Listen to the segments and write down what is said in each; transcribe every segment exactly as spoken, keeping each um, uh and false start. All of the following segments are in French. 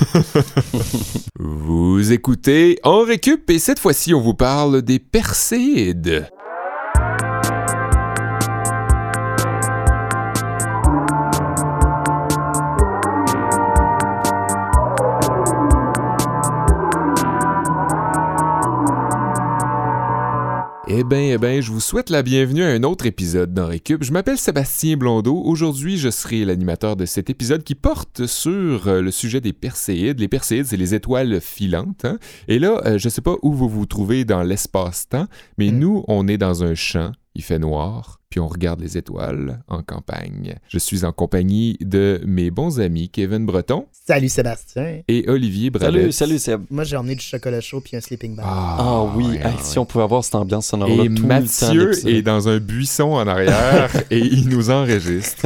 Vous écoutez On Récup et cette fois-ci, on vous parle des Perséides. Eh bien, eh bien, je vous souhaite la bienvenue à un autre épisode d'En Récup. Je m'appelle Sébastien Blondeau. Aujourd'hui, je serai l'animateur de cet épisode qui porte sur euh, le sujet des Perséides. Les Perséides, c'est les étoiles filantes. Hein? Et là, euh, je ne sais pas où vous vous trouvez dans l'espace-temps, mais mm. nous, on est dans un champ. Il fait noir, puis on regarde les étoiles en campagne. Je suis en compagnie de mes bons amis Kevin Breton. Salut Sébastien. Et Olivier Bradette. Salut, salut Seb. Moi, j'ai emmené du chocolat chaud puis un sleeping bag. Ah, ah oui, ouais, hey, ouais. Si on pouvait avoir cette ambiance sonore-là et tout Mathieu le temps. est dans un buisson en arrière et il nous enregistre.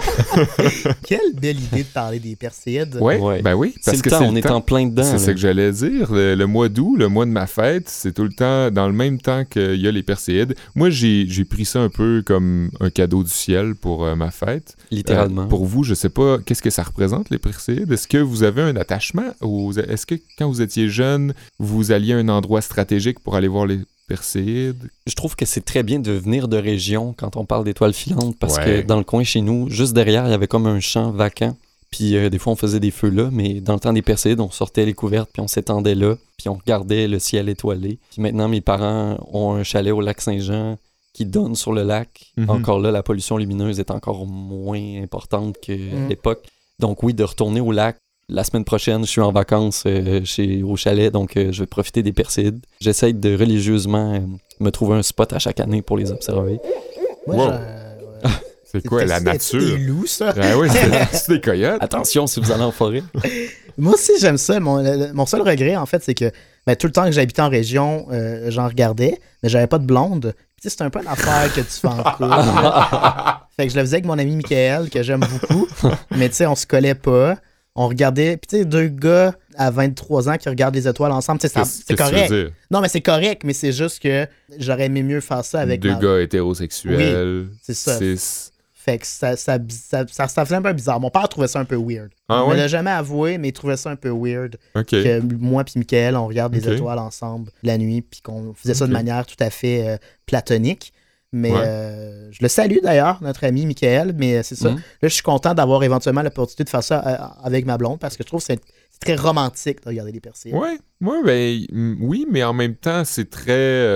Quelle belle idée de parler des Perséides. Ouais, ouais. Ben oui. Parce c'est que le temps, c'est on le est temps. En plein dedans. C'est ce que j'allais dire. Le, le mois d'août, le mois de ma fête, c'est tout le temps dans le même temps qu'il y a les Perséides. Moi, j'ai, j'ai pris ça un peu comme un cadeau du ciel pour euh, ma fête. Littéralement. Euh, pour vous, je sais pas, qu'est-ce que ça représente, les Perséides? Est-ce que vous avez un attachement? Aux... Est-ce que quand vous étiez jeune, vous alliez à un endroit stratégique pour aller voir les Perséides? Je trouve que c'est très bien de venir de région quand on parle d'étoiles filantes, parce ouais. que dans le coin chez nous, juste derrière, il y avait comme un champ vacant. Puis euh, des fois, on faisait des feux là, mais dans le temps des Perséides, on sortait les couvertes, puis on s'étendait là, puis on regardait le ciel étoilé. Puis maintenant, mes parents ont un chalet au lac Saint-Jean qui donne sur le lac. Mm-hmm. Encore là, la pollution lumineuse est encore moins importante qu'à mm. l'époque. Donc oui, de retourner au lac. La semaine prochaine, je suis en vacances euh, chez, au chalet, donc euh, je vais profiter des Perséides. J'essaie de religieusement euh, me trouver un spot à chaque année pour les observer. Moi, wow. je... ouais. C'est quoi, la nature? C'est des loups, ça? Ah oui, c'est, c'est des coyotes. Attention si vous allez en forêt. Moi aussi, j'aime ça. Mon, le, mon seul regret, en fait, c'est que ben, tout le temps que j'habitais en région, euh, j'en regardais, mais j'avais pas de blonde. Puis, c'est un peu une affaire que tu fais en cours. Fait que je le faisais avec mon ami Michael, que j'aime beaucoup. Mais tu sais, on se collait pas. On regardait, puis tu sais, deux gars à vingt-trois ans qui regardent les étoiles ensemble, tu sais, c'est, c'est correct. Non, mais c'est correct, mais c'est juste que j'aurais aimé mieux faire ça avec deux ma... gars hétérosexuels. Oui, c'est ça. Six. Fait que ça, ça, ça, ça, ça faisait un peu bizarre. Mon père trouvait ça un peu weird. Ah, il ouais? me l'a jamais avoué, mais il trouvait ça un peu weird. Okay. Que moi puis Michael, on regarde les okay. étoiles ensemble la nuit, puis qu'on faisait ça okay. de manière tout à fait euh, platonique. Mais ouais. euh, je le salue d'ailleurs, notre ami Michael, mais c'est ça. Mm. Là, je suis content d'avoir éventuellement l'opportunité de faire ça euh, avec ma blonde parce que je trouve que c'est, c'est très romantique de regarder les Perséides. Ouais, ouais, ben, oui, mais en même temps, c'est très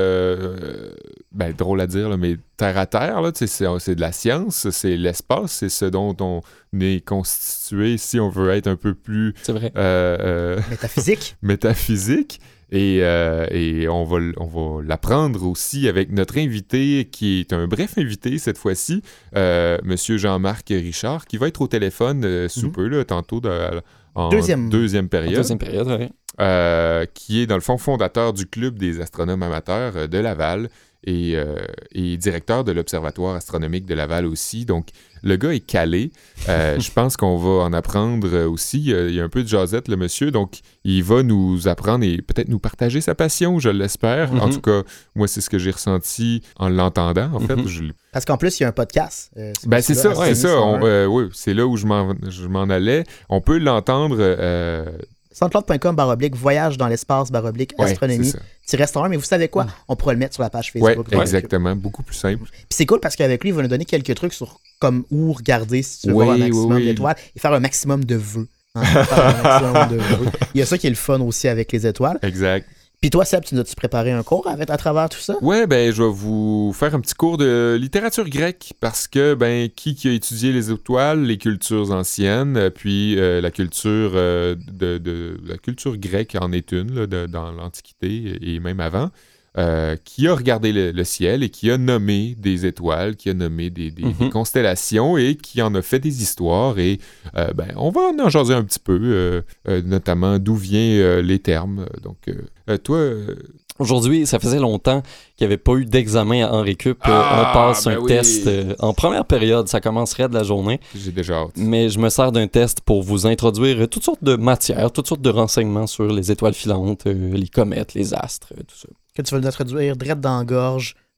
euh, ben, drôle à dire, là, mais terre à terre, là, c'est, c'est de la science, c'est l'espace, c'est ce dont on est constitué si on veut être un peu plus c'est vrai. Euh, euh, métaphysique. métaphysique. Et, euh, et on va, on va l'apprendre aussi avec notre invité, qui est un bref invité cette fois-ci, euh, Monsieur Jean-Marc Richard, qui va être au téléphone euh, sous mm-hmm. peu, là, tantôt, de, en deuxième. deuxième période. En deuxième période, oui. Euh, qui est, dans le fond, fondateur du Club des astronomes amateurs euh, de Laval et, euh, et directeur de l'Observatoire astronomique de Laval aussi. Donc, le gars est calé. Euh, je pense qu'on va en apprendre aussi. Il y a un peu de jasette, le monsieur. Donc, il va nous apprendre et peut-être nous partager sa passion, je l'espère. Mm-hmm. En tout cas, moi, c'est ce que j'ai ressenti en l'entendant, en fait. Mm-hmm. Je... Parce qu'en plus, il y a un podcast. Euh, c'est ben, c'est ça, ouais, c'est ça. On, euh, oui, c'est là où je m'en, je m'en allais. On peut l'entendre... Euh... soundcloud point com baroblique voyage dans l'espace baroblique astronomie tiret un, mais vous savez quoi? On pourra le mettre sur la page Facebook. Oui, exactement. Beaucoup plus simple. Puis c'est cool parce qu'avec lui, il va nous donner quelques trucs sur comme où regarder si tu veux oui, voir un maximum oui, d'étoiles et faire un maximum de vœux. Hein, faire un maximum de vœux. Il y a ça qui est le fun aussi avec les étoiles. Exact. Puis toi, Seb, tu as-tu préparé un cours avec, à travers tout ça? Ouais, ben je vais vous faire un petit cours de littérature grecque parce que, ben, qui, qui a étudié les étoiles, les cultures anciennes, puis euh, la culture euh, de, de la culture grecque en est une, là, de, dans l'Antiquité et même avant, euh, qui a regardé le, le ciel et qui a nommé des étoiles, qui a nommé des, des, mm-hmm. des constellations et qui en a fait des histoires. Et euh, ben, on va en jaser un petit peu, euh, euh, notamment d'où viennent euh, les termes. Donc, euh, toi... Euh, Aujourd'hui, ça faisait longtemps qu'il n'y avait pas eu d'examen en récup. Ah, on passe ben un oui. test euh, en première période, ça commencerait de la journée. J'ai déjà hâte. Mais je me sers d'un test pour vous introduire toutes sortes de matières, toutes sortes de renseignements sur les étoiles filantes, euh, les comètes, les astres, tout ça. Que tu veux l'introduire direct dans la gorge,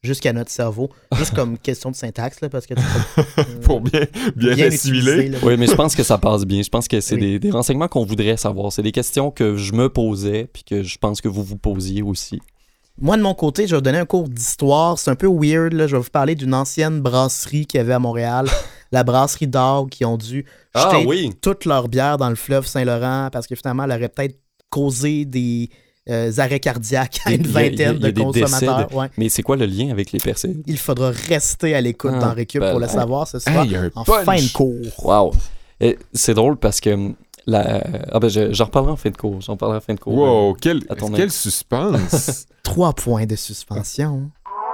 jusqu'à notre cerveau. Juste comme question de syntaxe, là, parce que... Tu peux, euh, Pour bien, bien, bien assimiler. Oui, mais je pense que ça passe bien. Je pense que c'est Oui. des, des renseignements qu'on voudrait savoir. C'est des questions que je me posais, puis que je pense que vous vous posiez aussi. Moi, de mon côté, je vais vous donner un cours d'histoire. C'est un peu weird, là. Je vais vous parler d'une ancienne brasserie qu'il y avait à Montréal, la brasserie d'Or, qui ont dû Ah jeter oui! toute leur bière dans le fleuve Saint-Laurent parce que finalement, elle aurait peut-être causé des euh, arrêts cardiaques à Il y a- une il y a- il y a- vingtaine il y a de des consommateurs. décès Ouais. Mais c'est quoi le lien avec les Perséides? Il faudra rester à l'écoute Ah, dans Récup pour le ben, savoir ce soir Hey, il y a un en punch. fin de cours. Wow! Et c'est drôle parce que hum, la... ah ben je, j'en reparlerai en fin de cours. J'en parlerai en fin de cours. Wow, quel, à ton quel avis. suspense! Trois points de suspension.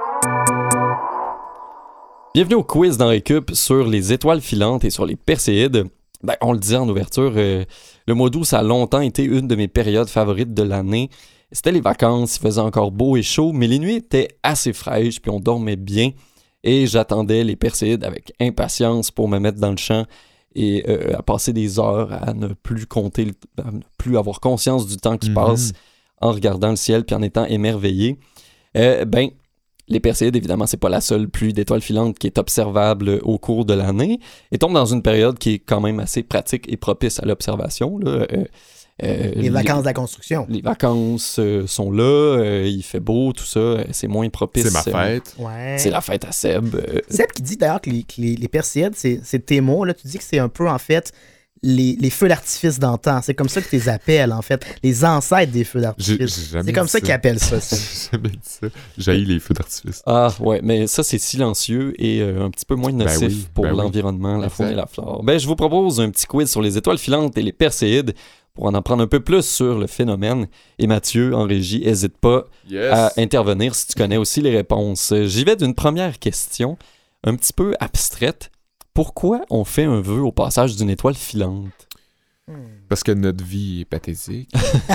Bienvenue au quiz dans Récup sur les étoiles filantes et sur les Perséides. Ben, on le disait en ouverture, euh, le mois d'août, ça a longtemps été une de mes périodes favorites de l'année. C'était les vacances, il faisait encore beau et chaud, mais les nuits étaient assez fraîches, puis on dormait bien. Et j'attendais les Perséides avec impatience pour me mettre dans le champ et euh, à passer des heures à ne plus compter, le- à ne plus avoir conscience du temps qui Mhm. passe en regardant le ciel puis en étant émerveillé. Euh, ben, les Perséides, évidemment, c'est pas la seule pluie d'étoiles filantes qui est observable au cours de l'année et tombe dans une période qui est quand même assez pratique et propice à l'observation. Là. Euh, euh, Les vacances de la construction. Les vacances euh, sont là, euh, il fait beau, tout ça, euh, c'est moins propice. C'est ma euh, fête. Ouais. c'est la fête à Seb. euh, Seb qui dit d'ailleurs que les, que les, les Perséides, c'est, c'est tes mots. Là, tu dis que c'est un peu, en fait, les, les feux d'artifice d'antan. C'est comme ça que tu les appelles, en fait. Les ancêtres des feux J'ai d'artifice. j'ai jamais C'est comme dit ça qu'ils appellent ça. Seb. J'ai jamais dit ça. J'haïs les feux d'artifice. Ah ouais, mais ça c'est silencieux et euh, un petit peu moins Ben nocif oui, pour ben oui. l'environnement, la Exact. faune et la flore. Ben je vous propose un petit quiz sur les étoiles filantes et les Perséides pour en apprendre un peu plus sur le phénomène. Et Mathieu, en régie, hésite pas Yes! à intervenir si tu connais aussi les réponses. J'y vais d'une première question, un petit peu abstraite. Pourquoi on fait un vœu au passage d'une étoile filante? Parce que notre vie est pathétique.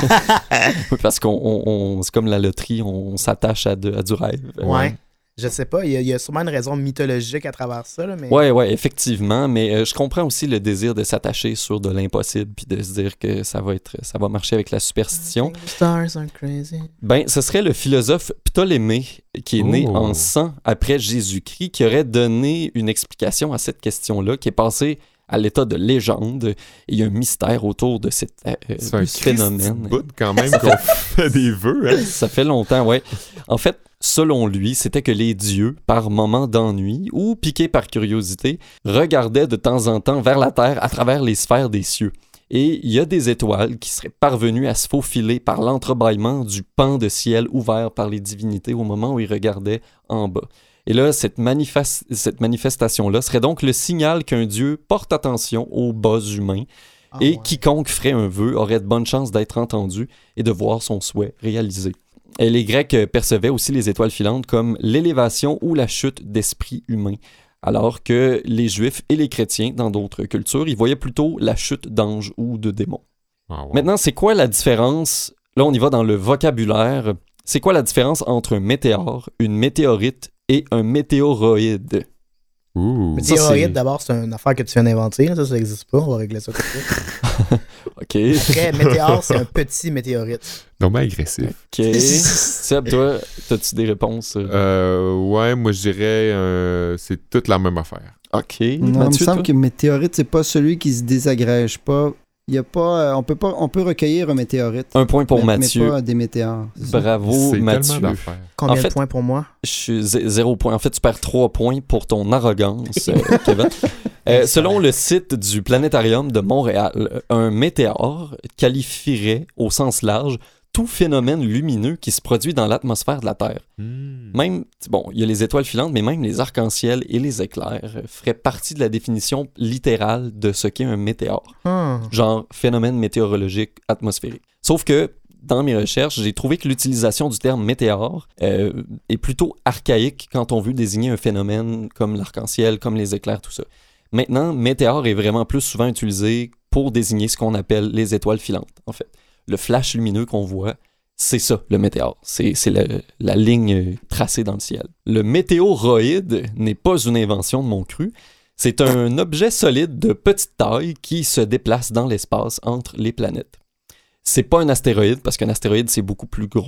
Oui, parce qu'on on- on- c'est comme la loterie, on s'attache à, de- à du rêve. Ouais. Je sais pas, il y, a, il y a sûrement une raison mythologique à travers ça. Là, mais... Ouais, ouais, effectivement, mais euh, je comprends aussi le désir de s'attacher sur de l'impossible puis de se dire que ça va être, ça va marcher avec la superstition. The stars are crazy. Ben, ce serait le philosophe Ptolémée qui est né Oh. en cent après Jésus-Christ qui aurait donné une explication à cette question-là qui est passée à l'état de légende. Et il y a un mystère autour de, cette, euh, C'est un de ce phénomène. bout quand même qu'on fait des vœux. Hein? Ça fait longtemps, ouais. En fait, selon lui, c'était que les dieux, par moments d'ennui ou piqués par curiosité, regardaient de temps en temps vers la Terre à travers les sphères des cieux. Et il y a des étoiles qui seraient parvenues à se faufiler par l'entrebâillement du pan de ciel ouvert par les divinités au moment où ils regardaient en bas. Et là, cette, manifes- cette manifestation-là serait donc le signal qu'un dieu porte attention aux bas humains Ah, et ouais. quiconque ferait un vœu aurait de bonnes chances d'être entendu et de voir son souhait réalisé. Et les Grecs euh, percevaient aussi les étoiles filantes comme l'élévation ou la chute d'esprit humain, alors que les Juifs et les chrétiens, dans d'autres cultures, ils voyaient plutôt la chute d'anges ou de démons. Ah, ouais. Maintenant, c'est quoi la différence? Là, on y va dans le vocabulaire. C'est quoi la différence entre un météore, une météorite et un météoroïde? Ouh. Ça, Météorite, c'est- d'abord, c'est une affaire que tu viens d'inventer. là. Ça, ça n'existe pas. On va régler ça tout de suite. OK. Après, météore, c'est un petit météorite. Donc, agressif. OK. Seb, toi, as-tu des réponses? Euh, ouais, moi, je dirais euh, c'est toute la même affaire. OK. Non, il me Mathieu, semble toi? que météorite, c'est pas celui qui se désagrège pas. Il y a pas, euh, on peut pas, on peut recueillir un météorite. Un point pour mais, Mathieu. Mais pas des météores. c'est ça? Bravo, C'est Mathieu. tellement d'affaires. Combien En fait- de points pour moi? Je suis zé- zéro point. En fait, tu perds trois points pour ton arrogance, euh, Kevin. Euh, selon le site du Planétarium de Montréal, un météore qualifierait, au sens large, tout phénomène lumineux qui se produit dans l'atmosphère de la Terre. Hmm. Même, bon, il y a les étoiles filantes, mais même les arcs-en-ciel et les éclairs euh, feraient partie de la définition littérale de ce qu'est un météore. Hmm. Genre phénomène météorologique atmosphérique. Sauf que, dans mes recherches, j'ai trouvé que l'utilisation du terme météore euh, est plutôt archaïque quand on veut désigner un phénomène comme l'arc-en-ciel, comme les éclairs, tout ça. Maintenant, météore est vraiment plus souvent utilisé pour désigner ce qu'on appelle les étoiles filantes, en fait. Le flash lumineux qu'on voit, c'est ça, le météore. C'est, c'est la, la ligne tracée dans le ciel. Le météoroïde n'est pas une invention de mon cru. C'est un objet solide de petite taille qui se déplace dans l'espace entre les planètes. C'est pas un astéroïde, parce qu'un astéroïde, c'est beaucoup plus gros,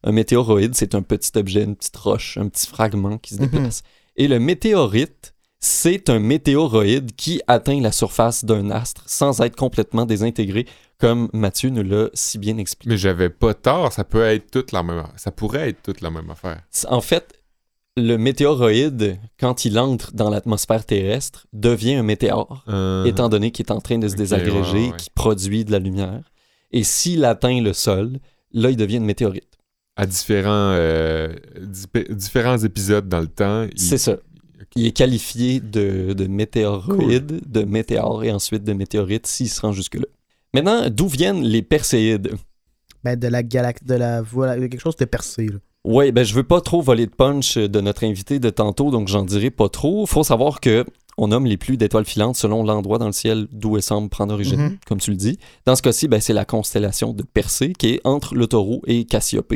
Un météoroïde, c'est un petit objet, une petite roche, un petit fragment qui se déplace. Mm-hmm. Et le météorite, c'est un météoroïde qui atteint la surface d'un astre sans être complètement désintégré, comme Mathieu nous l'a si bien expliqué. Mais j'avais pas tort, ça peut être toute la même ça pourrait être toute la même affaire. En fait, le météoroïde, quand il entre dans l'atmosphère terrestre, devient un météore, euh... étant donné qu'il est en train de se okay, désagréger, ouais, ouais. qui produit de la lumière. Et s'il atteint le sol, là, il devient une météorite. À différents, euh, di- différents épisodes dans le temps. Il... C'est ça. Il est qualifié de, de météoroïde, cool. de météore et ensuite de météorite s'il se rend jusque-là. Maintenant, d'où viennent les perséides? Ben, de la galaxie, de la voilà, quelque chose de percé, là. Oui, ben je veux pas trop voler de punch de notre invité de tantôt, donc j'en dirai pas trop. Faut savoir que on nomme les pluies d'étoiles filantes selon l'endroit dans le ciel d'où elles semblent prendre origine, mm-hmm. comme tu le dis. Dans ce cas-ci, ben, c'est la constellation de Persée qui est entre le Taureau et Cassiopée.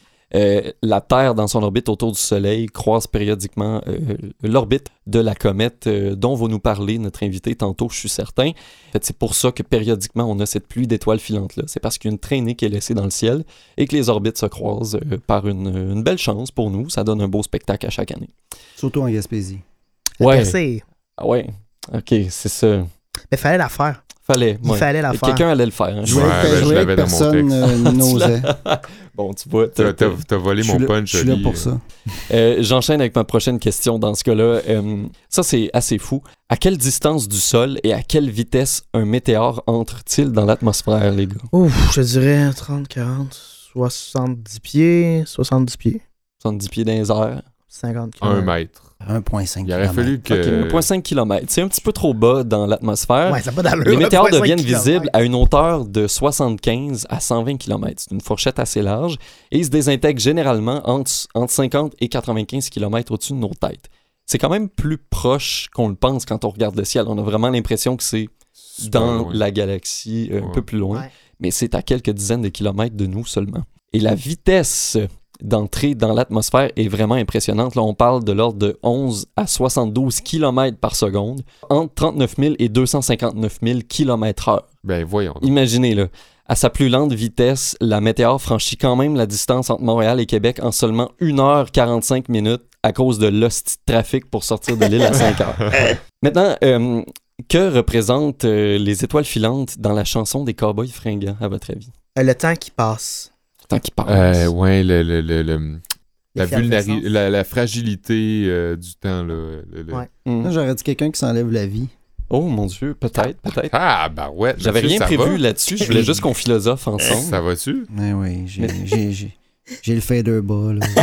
Euh, la Terre, dans son orbite autour du Soleil, croise périodiquement euh, l'orbite de la comète euh, dont va nous parler notre invité tantôt, je suis certain. En fait, c'est pour ça que périodiquement, on a cette pluie d'étoiles filantes-là. C'est parce qu'il y a une traînée qui est laissée dans le ciel et que les orbites se croisent euh, par une, une belle chance pour nous. Ça donne un beau spectacle à chaque année. Surtout en Gaspésie. Ouais. Percé. Ah ouais, ok, c'est ça. Mais fallait la faire. Fallait, Il ouais. fallait la faire. Quelqu'un allait le faire. Hein. Je voulais ouais, que, ben, que personne euh, n'osait. Bon, tu vois. T'as, t'as, t'as volé mon le, punch. Je suis là pour ça. Euh, j'enchaîne avec ma prochaine question dans ce cas-là. Euh, ça, c'est assez fou. À quelle distance du sol et à quelle vitesse un météore entre-t-il dans l'atmosphère, les gars? Ouf, je dirais trente, quarante, soixante-dix pieds. soixante-dix pieds. soixante-dix pieds dans les airs. cinquante kilomètres. Un mètre. un virgule cinq Il aurait fallu que... Okay, un virgule cinq kilomètres. C'est un petit peu trop bas dans l'atmosphère. Ouais, ça n'a pas d'allure. Les météores deviennent kilomètres. visibles à une hauteur de soixante-quinze à cent vingt kilomètres. C'est une fourchette assez large. Et ils se désintègrent généralement entre, entre cinquante et quatre-vingt-quinze kilomètres au-dessus de nos têtes. C'est quand même plus proche qu'on le pense quand on regarde le ciel. On a vraiment l'impression que c'est Super dans loin. la galaxie, un Ouais. peu plus loin. Ouais. Mais c'est à quelques dizaines de kilomètres de nous seulement. Et la vitesse d'entrée dans l'atmosphère est vraiment impressionnante. Là, on parle de l'ordre de onze à soixante-douze kilomètres par seconde, entre trente-neuf mille et deux cent cinquante-neuf mille kilomètres heure. Ben voyons donc. Imaginez, là, à sa plus lente vitesse, la météore franchit quand même la distance entre Montréal et Québec en seulement une heure quarante-cinq minutes à cause de l'hostie de trafic pour sortir de l'île à cinq heures. Maintenant, euh, que représentent euh, les étoiles filantes dans la chanson des Cowboys fringants, à votre avis? Euh, le temps qui passe. Tant qu'il passe. Euh, ouais, le, le, le, le- la, vulnéri- L'effervescence. la, la fragilité euh, du temps. Là, le, le- Ouais. Mm. Moi, j'aurais dit quelqu'un qui s'enlève la vie. Oh mon Dieu, peut-être, peut-être. Ah, bah ouais. J'avais monsieur, rien ça prévu va? là-dessus, je voulais juste qu'on philosophe ensemble. Ça va-tu? Mais oui, j'ai, j'ai, j'ai, j'ai le fader bas, là.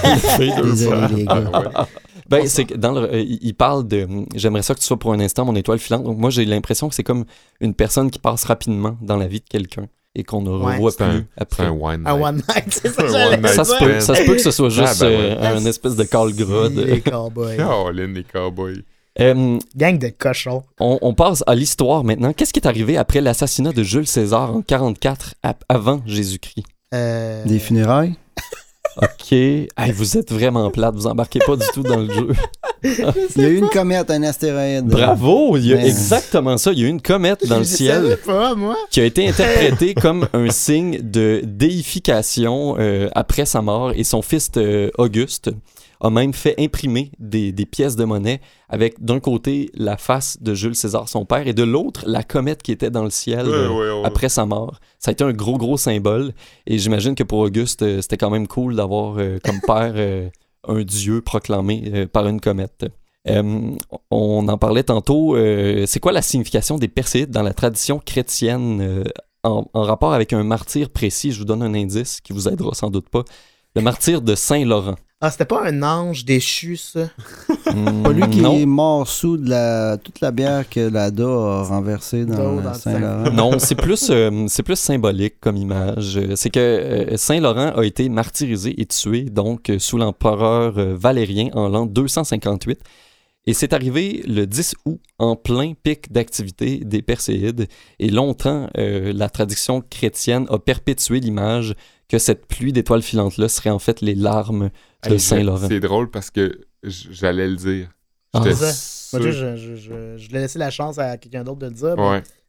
Désolé, les gars. Ah, ouais. Ben, c'est que dans le, euh, il il parle de « J'aimerais ça que tu sois pour un instant mon étoile filante ». Donc moi, j'ai l'impression que c'est comme une personne qui passe rapidement dans la vie de quelqu'un et qu'on ne Ouais. revoit C'est plus un, c'est après. un one night. Un one night, c'est ça. Un j'allais one night Ça se, dire. peut, ça se peut que ce soit juste Ah, ben ouais. euh, un espèce de call gras. de- Les cowboys. Oh, Lynn, les cowboys. Euh, Gang de cochons. on, on passe à l'histoire maintenant. Qu'est-ce qui est arrivé après l'assassinat de Jules César en quarante-quatre à- avant Jésus-Christ? Euh... Des funérailles? OK. Hey, vous êtes vraiment plate, vous embarquez pas du tout dans le jeu. Il y a eu une comète, un astéroïde. Bravo! Il y a Mais- exactement ça. Il y a eu une comète dans le Je ciel savais pas, moi. qui a été interprété comme un signe de déification euh, après sa mort, et son fils euh, Auguste a même fait imprimer des, des pièces de monnaie avec d'un côté la face de Jules César, son père, et de l'autre la comète qui était dans le ciel Ouais, euh, ouais, ouais. après sa mort. Ça a été un gros, gros symbole, et j'imagine que pour Auguste, euh, c'était quand même cool d'avoir euh, comme père euh, un dieu proclamé euh, par une comète. Euh, on en parlait tantôt. euh, c'est quoi la signification des Perséides dans la tradition chrétienne euh, en, en rapport avec un martyr précis? Je vous donne un indice qui vous aidera sans doute pas. Le martyr de Saint-Laurent. Ah, c'était pas un ange déchu, ça? Hmm, Pas lui qui non. est mort sous de la, toute la bière que l'A D A a renversée dans, D'eau le dans le Saint-Laurent. Non, c'est plus, euh, c'est plus symbolique comme image. Euh, C'est que euh, Saint-Laurent a été martyrisé et tué donc euh, sous l'empereur euh, Valérien en l'an deux cent cinquante-huit. Et c'est arrivé le dix août, en plein pic d'activité des Perséides. Et longtemps, euh, la tradition chrétienne a perpétué l'image que cette pluie d'étoiles filantes-là serait en fait les larmes de Hey, je- Saint-Laurent. C'est drôle parce que j- j'allais le dire. Ah. J'étais C'est ça. sûr. Moi, tu sais, je, je, je, je l'ai laissé la chance à quelqu'un d'autre de le dire. mais Ouais.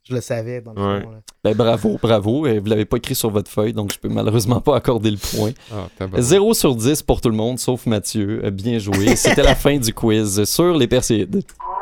Je le savais, dans le Ouais. fond. Là. Ben bravo, bravo. Euh, Vous l'avez pas écrit sur votre feuille, donc je peux malheureusement pas accorder le point. Ah, tabarnak. zéro sur dix pour tout le monde, sauf Mathieu. Euh, Bien joué. C'était la fin du quiz sur les Perséides.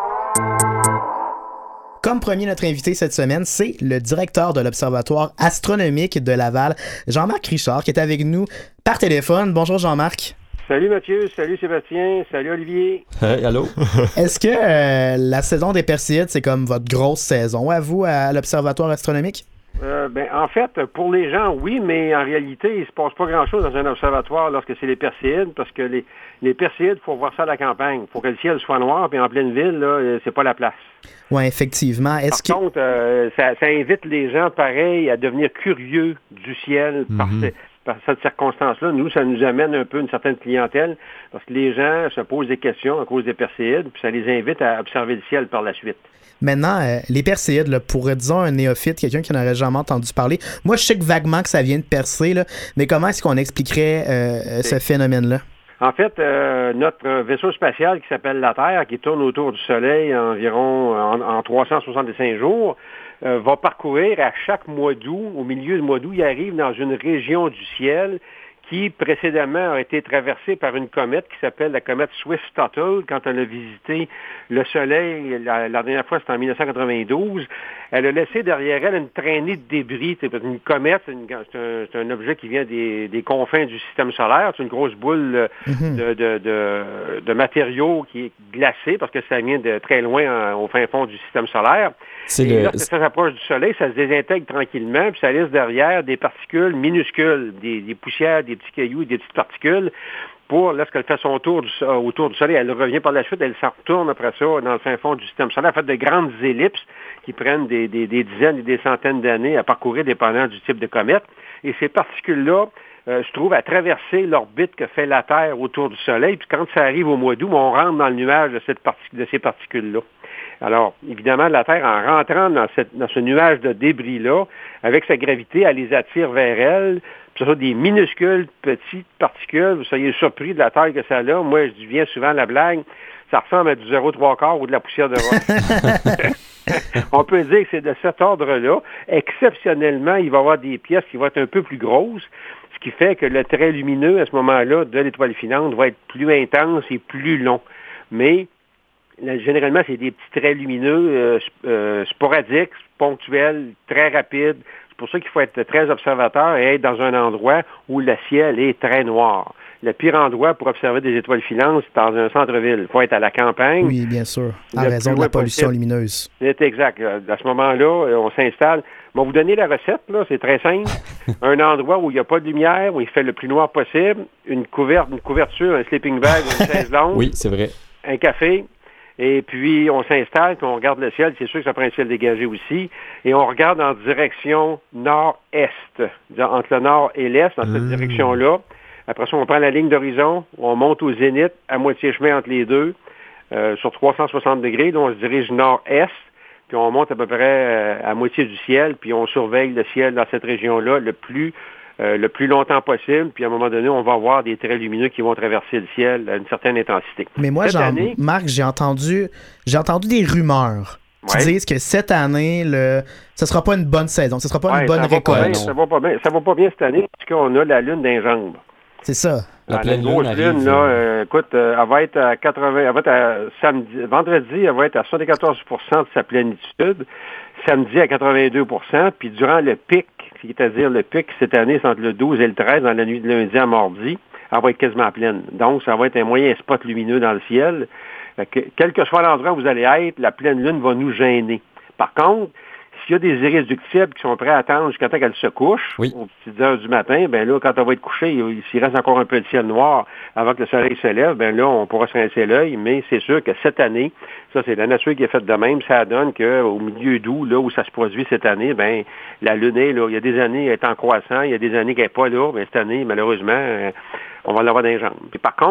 Comme premier, notre invité cette semaine, c'est le directeur de l'Observatoire astronomique de Laval, Jean-Marc Richard, qui est avec nous par téléphone. Bonjour Jean-Marc. Salut Mathieu, salut Sébastien, salut Olivier. Hey, allô? Est-ce que euh, la saison des Perséides, c'est comme votre grosse saison à vous, à l'Observatoire astronomique? Euh, ben, en fait, pour les gens, oui, mais en réalité, il se passe pas grand-chose dans un observatoire lorsque c'est les Perséides, parce que les, les Perséides, il faut voir ça à la campagne. Il faut que le ciel soit noir, puis en pleine ville, là, c'est pas la place. Oui, effectivement. Est-ce Par que... contre, euh, ça, ça invite les gens, pareil, à devenir curieux du ciel par, Mhm. ce- par cette circonstance-là. Nous, ça nous amène un peu une certaine clientèle, parce que les gens se posent des questions à cause des Perséides, puis ça les invite à observer le ciel par la suite. Maintenant, euh, les Perséides, là, pour, disons, un néophyte, quelqu'un qui n'aurait jamais entendu parler, moi, je sais que vaguement que ça vient de Persée, là, mais comment est-ce qu'on expliquerait euh, ce phénomène-là? En fait, euh, notre vaisseau spatial qui s'appelle la Terre, qui tourne autour du Soleil environ en, en trois cent soixante-cinq jours, euh, va parcourir à chaque mois d'août, au milieu du mois d'août, il arrive dans une région du ciel qui précédemment a été traversée par une comète qui s'appelle la comète Swift-Tuttle. Quand elle a visité le Soleil, la, la dernière fois, c'était en dix-neuf cent quatre-vingt-douze, elle a laissé derrière elle une traînée de débris. C'est une comète, c'est, une, c'est, un, c'est un objet qui vient des, des confins du système solaire. C'est une grosse boule Mm-hmm. de, de, de, de matériaux qui est glacée parce que ça vient de très loin en, au fin fond du système solaire. C'est Et le... lorsque ça s'approche du Soleil, ça se désintègre tranquillement, puis ça laisse derrière des particules minuscules, des, des poussières, des petits cailloux, des petites particules. Pour, lorsqu'elle fait son tour du, euh, autour du Soleil, elle revient par la suite, elle s'en retourne après ça dans le fin fond du système solaire. Elle fait de grandes ellipses qui prennent des, des, des dizaines et des centaines d'années à parcourir dépendant du type de comète. Et ces particules-là euh, se trouvent à traverser l'orbite que fait la Terre autour du Soleil. Puis quand ça arrive au mois d'août, on rentre dans le nuage de, cette parti- de ces particules-là. Alors, évidemment, la Terre, en rentrant dans, cette, dans ce nuage de débris-là, avec sa gravité, elle les attire vers elle. Puis ça, des minuscules petites particules. Vous soyez surpris de la taille que ça a. Moi, je dis bien souvent la blague, ça ressemble à du zéro virgule trois quart ou de la poussière de roche. On peut dire que c'est de cet ordre-là. Exceptionnellement, il va y avoir des pièces qui vont être un peu plus grosses, ce qui fait que le trait lumineux, à ce moment-là, de l'étoile filante va être plus intense et plus long. Mais là, généralement, c'est des petits traits lumineux euh, euh, sporadiques, ponctuels, très rapides. C'est pour ça qu'il faut être très observateur et être dans un endroit où le ciel est très noir. Le pire endroit pour observer des étoiles filantes, c'est dans un centre-ville. Il faut être à la campagne. Oui, bien sûr, en Le raison plus de la loin pollution possible. lumineuse. C'est exact. À ce moment-là, on s'installe. On va vous donner la recette, là. C'est très simple. Un endroit où il n'y a pas de lumière, où il fait le plus noir possible, une, couverte, une couverture, un sleeping bag, une chaise longue, Oui, c'est vrai. un café, et puis on s'installe, puis on regarde le ciel. C'est sûr que ça prend un ciel dégagé aussi. Et on regarde en direction nord-est, entre le nord et l'est, dans cette Mmh. direction-là. Après ça, on prend la ligne d'horizon, on monte au zénith, à moitié chemin entre les deux, euh, sur trois cent soixante degrés. Là, on se dirige nord-est, puis on monte à peu près euh, à moitié du ciel, puis on surveille le ciel dans cette région-là le plus euh, le plus longtemps possible. Puis à un moment donné, on va voir des traits lumineux qui vont traverser le ciel à une certaine intensité. Mais moi, Cette année- Jean-Marc, j'ai entendu, j'ai entendu des rumeurs qui Ouais. disent que cette année, le, ce sera pas une bonne saison, ce sera pas Ouais, une bonne ça va pas récolte. bien, ça va pas bien. Ça va pas bien cette année parce qu'on a la lune d'un jambe. C'est ça. La Ah, pleine grosse lune lune, arrive, là, euh, euh, écoute, euh, elle va être à quatre-vingts, elle va être à samedi, vendredi, elle va être à soixante-quatorze pour cent de sa plénitude, samedi à quatre-vingt-deux pour cent, puis durant le pic, c'est-à-dire le pic cette année, c'est entre le douze et le treize, dans la nuit de lundi à mardi, elle va être quasiment pleine. Donc, ça va être un moyen spot lumineux dans le ciel. Fait que, quel que soit l'endroit où vous allez être, la pleine lune va nous gêner. Par contre, s'il y a des irréductibles qui sont prêts à attendre jusqu'à temps qu'elle se couche, Oui. aux petites heures du matin, ben là, quand elle va être couchée, il- s'il reste encore un peu de ciel noir avant que le soleil se lève, ben là, on pourra se rincer l'œil, mais c'est sûr que cette année, ça, c'est la nature qui est faite de même, ça donne qu'au milieu d'août, là, où ça se produit cette année, ben, la lune est, là, il y a des années, elle est en croissant, il y a des années qu'elle n'est pas là, mais cette année, malheureusement, euh, on va l'avoir dans les jambes. Puis par contre,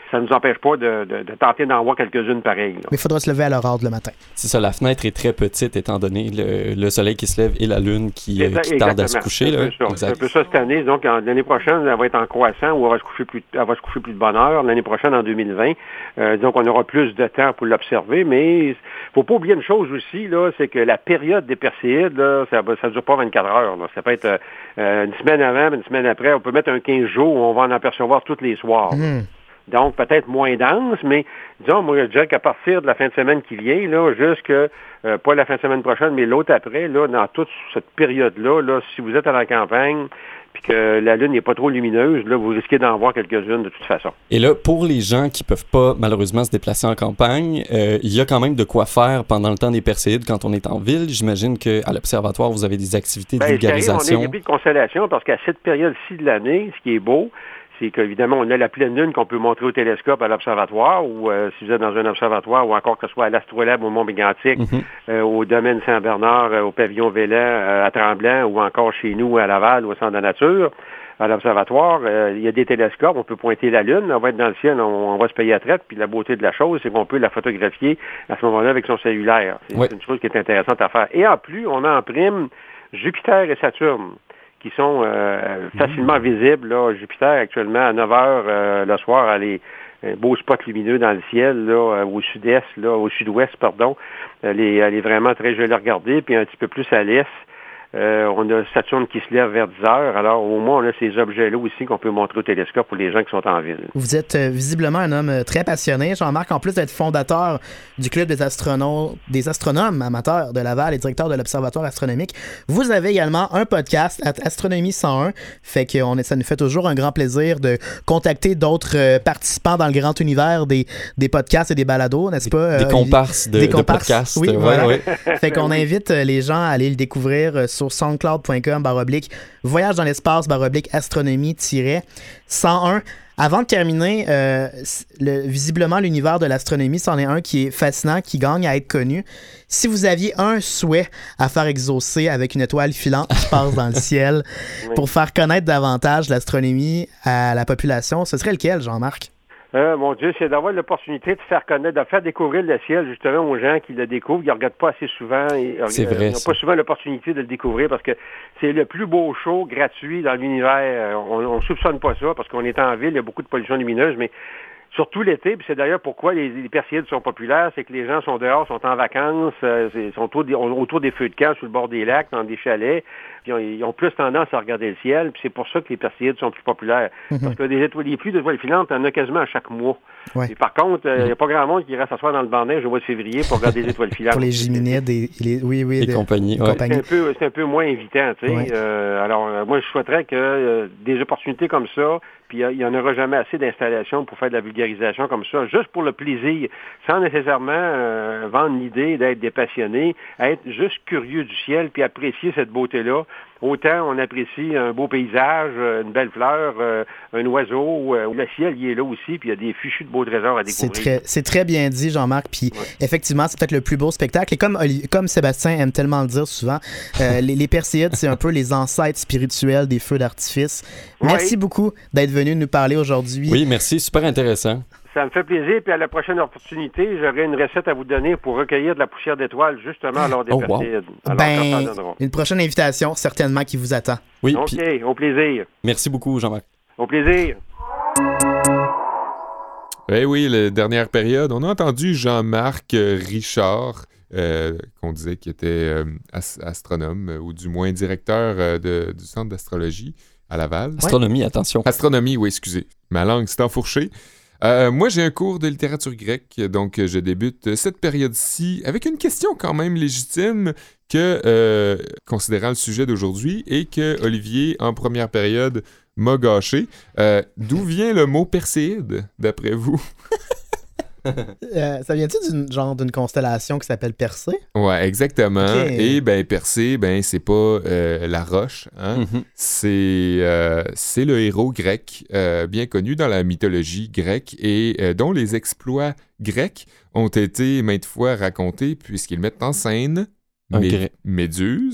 ça ne nous empêche pas de, de, de tenter d'en voir quelques-unes pareilles. Là. Mais il faudra se lever à l'aurore le matin. C'est ça, la fenêtre est très petite étant donné le, le soleil qui se lève et la lune qui, euh, qui tarde à se coucher. Là. C'est, c'est un peu ça cette année. Donc, en, l'année prochaine, elle va être en croissant ou elle va se coucher plus, elle va se coucher plus de bonne heure. L'année prochaine, en deux mille vingt, euh, donc on aura plus de temps pour l'observer. Mais il faut pas oublier une chose aussi, là, c'est que la période des Perséides, là, ça ne dure pas vingt-quatre heures. Là. Ça peut être euh, une semaine avant, une semaine après. On peut mettre un quinze jours où on va en apercevoir tous les soirs. Mmh. Donc, peut-être moins dense, mais disons, moi, je dirais qu'à partir de la fin de semaine qui vient, là, jusque, euh, pas la fin de semaine prochaine, mais l'autre après, là, dans toute cette période-là, là, si vous êtes à la campagne, puis que la Lune n'est pas trop lumineuse, là, vous risquez d'en voir quelques-unes de toute façon. Et là, pour les gens qui peuvent pas, malheureusement, se déplacer en campagne, euh, il y a quand même de quoi faire pendant le temps des Perséides quand on est en ville. J'imagine qu'à l'Observatoire, vous avez des activités de ben, vulgarisation. On a des débits de constellation, parce qu'à cette période-ci de l'année, ce qui est beau, c'est qu'évidemment, on a la pleine lune qu'on peut montrer au télescope à l'observatoire, ou euh, si vous êtes dans un observatoire, ou encore que ce soit à l'Astrolabe au Mont-Mégantic, mm-hmm. euh, au domaine Saint-Bernard, euh, au pavillon Vélan euh, à Tremblant, ou encore chez nous à Laval, ou au Centre de la Nature, à l'observatoire, euh, il y a des télescopes, on peut pointer la lune, on va être dans le ciel, on, on va se payer à traite, puis la beauté de la chose, c'est qu'on peut la photographier à ce moment-là avec son cellulaire. C'est, ouais. c'est une chose qui est intéressante à faire. Et en plus, on en imprime Jupiter et Saturne, qui sont euh, facilement visibles. Là. Jupiter, actuellement, à neuf heures euh, le soir, elle est un beau spot lumineux dans le ciel, là, au sud-est, là, au sud-ouest, pardon. Elle est, elle est vraiment très jolie à regarder. Puis un petit peu plus à l'est, euh, on a Saturne qui se lève vers dix heures. Alors, au moins, on a ces objets-là aussi qu'on peut montrer au télescope pour les gens qui sont en ville. Vous êtes euh, visiblement un homme très passionné. Jean-Marc, en plus d'être fondateur du Club des, astrono- des astronomes amateurs de Laval et directeur de l'Observatoire astronomique, vous avez également un podcast, Astronomie cent un. Fait que on est, ça nous fait toujours un grand plaisir de contacter d'autres euh, participants dans le grand univers des, des podcasts et des balados, n'est-ce pas? Des, des comparses de, des comparses, de podcasts. Oui, ouais, voilà. ouais. Fait qu'on invite les gens à aller le découvrir sur soundcloud point com barre oblique voyage dans l'espace barre oblique astronomie cent un. Avant de terminer, euh, le, visiblement l'univers de l'astronomie, c'en est un qui est fascinant, qui gagne à être connu. Si vous aviez un souhait à faire exaucer avec une étoile filante qui passe dans le ciel oui. pour faire connaître davantage l'astronomie à la population, ce serait lequel, Jean-Marc? Euh, mon Dieu, c'est d'avoir l'opportunité de faire connaître, de faire découvrir le ciel justement aux gens qui le découvrent. Ils ne regardent pas assez souvent. Ils n'ont pas souvent l'opportunité de le découvrir parce que c'est le plus beau show gratuit dans l'univers. On ne soupçonne pas ça parce qu'on est en ville, il y a beaucoup de pollution lumineuse, mais surtout l'été, puis c'est d'ailleurs pourquoi les, les Perséides sont populaires, c'est que les gens sont dehors, sont en vacances, euh, sont autour des, autour des feux de camp, sur le bord des lacs, dans des chalets, puis on, ils ont plus tendance à regarder le ciel, puis c'est pour ça que les Perséides sont plus populaires. Mm-hmm. Parce que des étoiles, les pluies d'étoiles filantes, on en a quasiment à chaque mois. Ouais. Et par contre, il euh, n'y a pas grand monde qui reste s'asseoir dans le banc de neige au mois de février pour regarder les étoiles filantes. Pour les Giminides et les, oui, oui, et compagnie. Ouais. C'est, un peu, c'est un peu moins invitant, tu sais. Ouais. Euh, alors, euh, moi, je souhaiterais que euh, des opportunités comme ça, puis il n'y en aura jamais assez d'installations pour faire de la vulgarisation comme ça, juste pour le plaisir, sans nécessairement euh, vendre l'idée d'être des passionnés, être juste curieux du ciel, puis apprécier cette beauté-là. Autant on apprécie un beau paysage, une belle fleur, euh, un oiseau, euh, le ciel, il est là aussi, puis il y a des fichus de beaux trésors à découvrir. C'est très, c'est très bien dit, Jean-Marc, puis ouais. effectivement, c'est peut-être le plus beau spectacle. Et comme, comme Sébastien aime tellement le dire souvent, euh, les, les Perséides, c'est un peu les ancêtres spirituels des feux d'artifice. Merci ouais. beaucoup d'être venu nous parler aujourd'hui. Oui, merci, super intéressant. Ça me fait plaisir, puis à la prochaine opportunité, j'aurai une recette à vous donner pour recueillir de la poussière d'étoiles, justement, lors des oh, Perséides. Wow. Ben, une prochaine invitation, certainement, qui vous attend. Oui, OK, puis... au plaisir. Merci beaucoup, Jean-Marc. Au plaisir. Eh oui, la dernière période, on a entendu Jean-Marc Richard, euh, qu'on disait qu'il était euh, as- astronome, euh, ou du moins directeur euh, de, du Centre d'astrologie à Laval. Astronomie, ouais. Attention. Astronomie, oui, excusez. Ma langue s'est enfourchée. Euh, moi, j'ai un cours de littérature grecque, donc je débute cette période-ci avec une question quand même légitime que, euh, considérant le sujet d'aujourd'hui, et que Olivier, en première période, m'a gâché. Euh, d'où vient le mot Perséide, d'après vous? euh, ça vient-tu d'une genre d'une constellation qui s'appelle Persée? Ouais, exactement. Okay. Et ben Persée, ben c'est pas euh, la roche, hein. Mm-hmm. C'est euh, c'est le héros grec euh, bien connu dans la mythologie grecque et euh, dont les exploits grecs ont été maintes fois racontés puisqu'ils mettent en scène Mé- Méduse,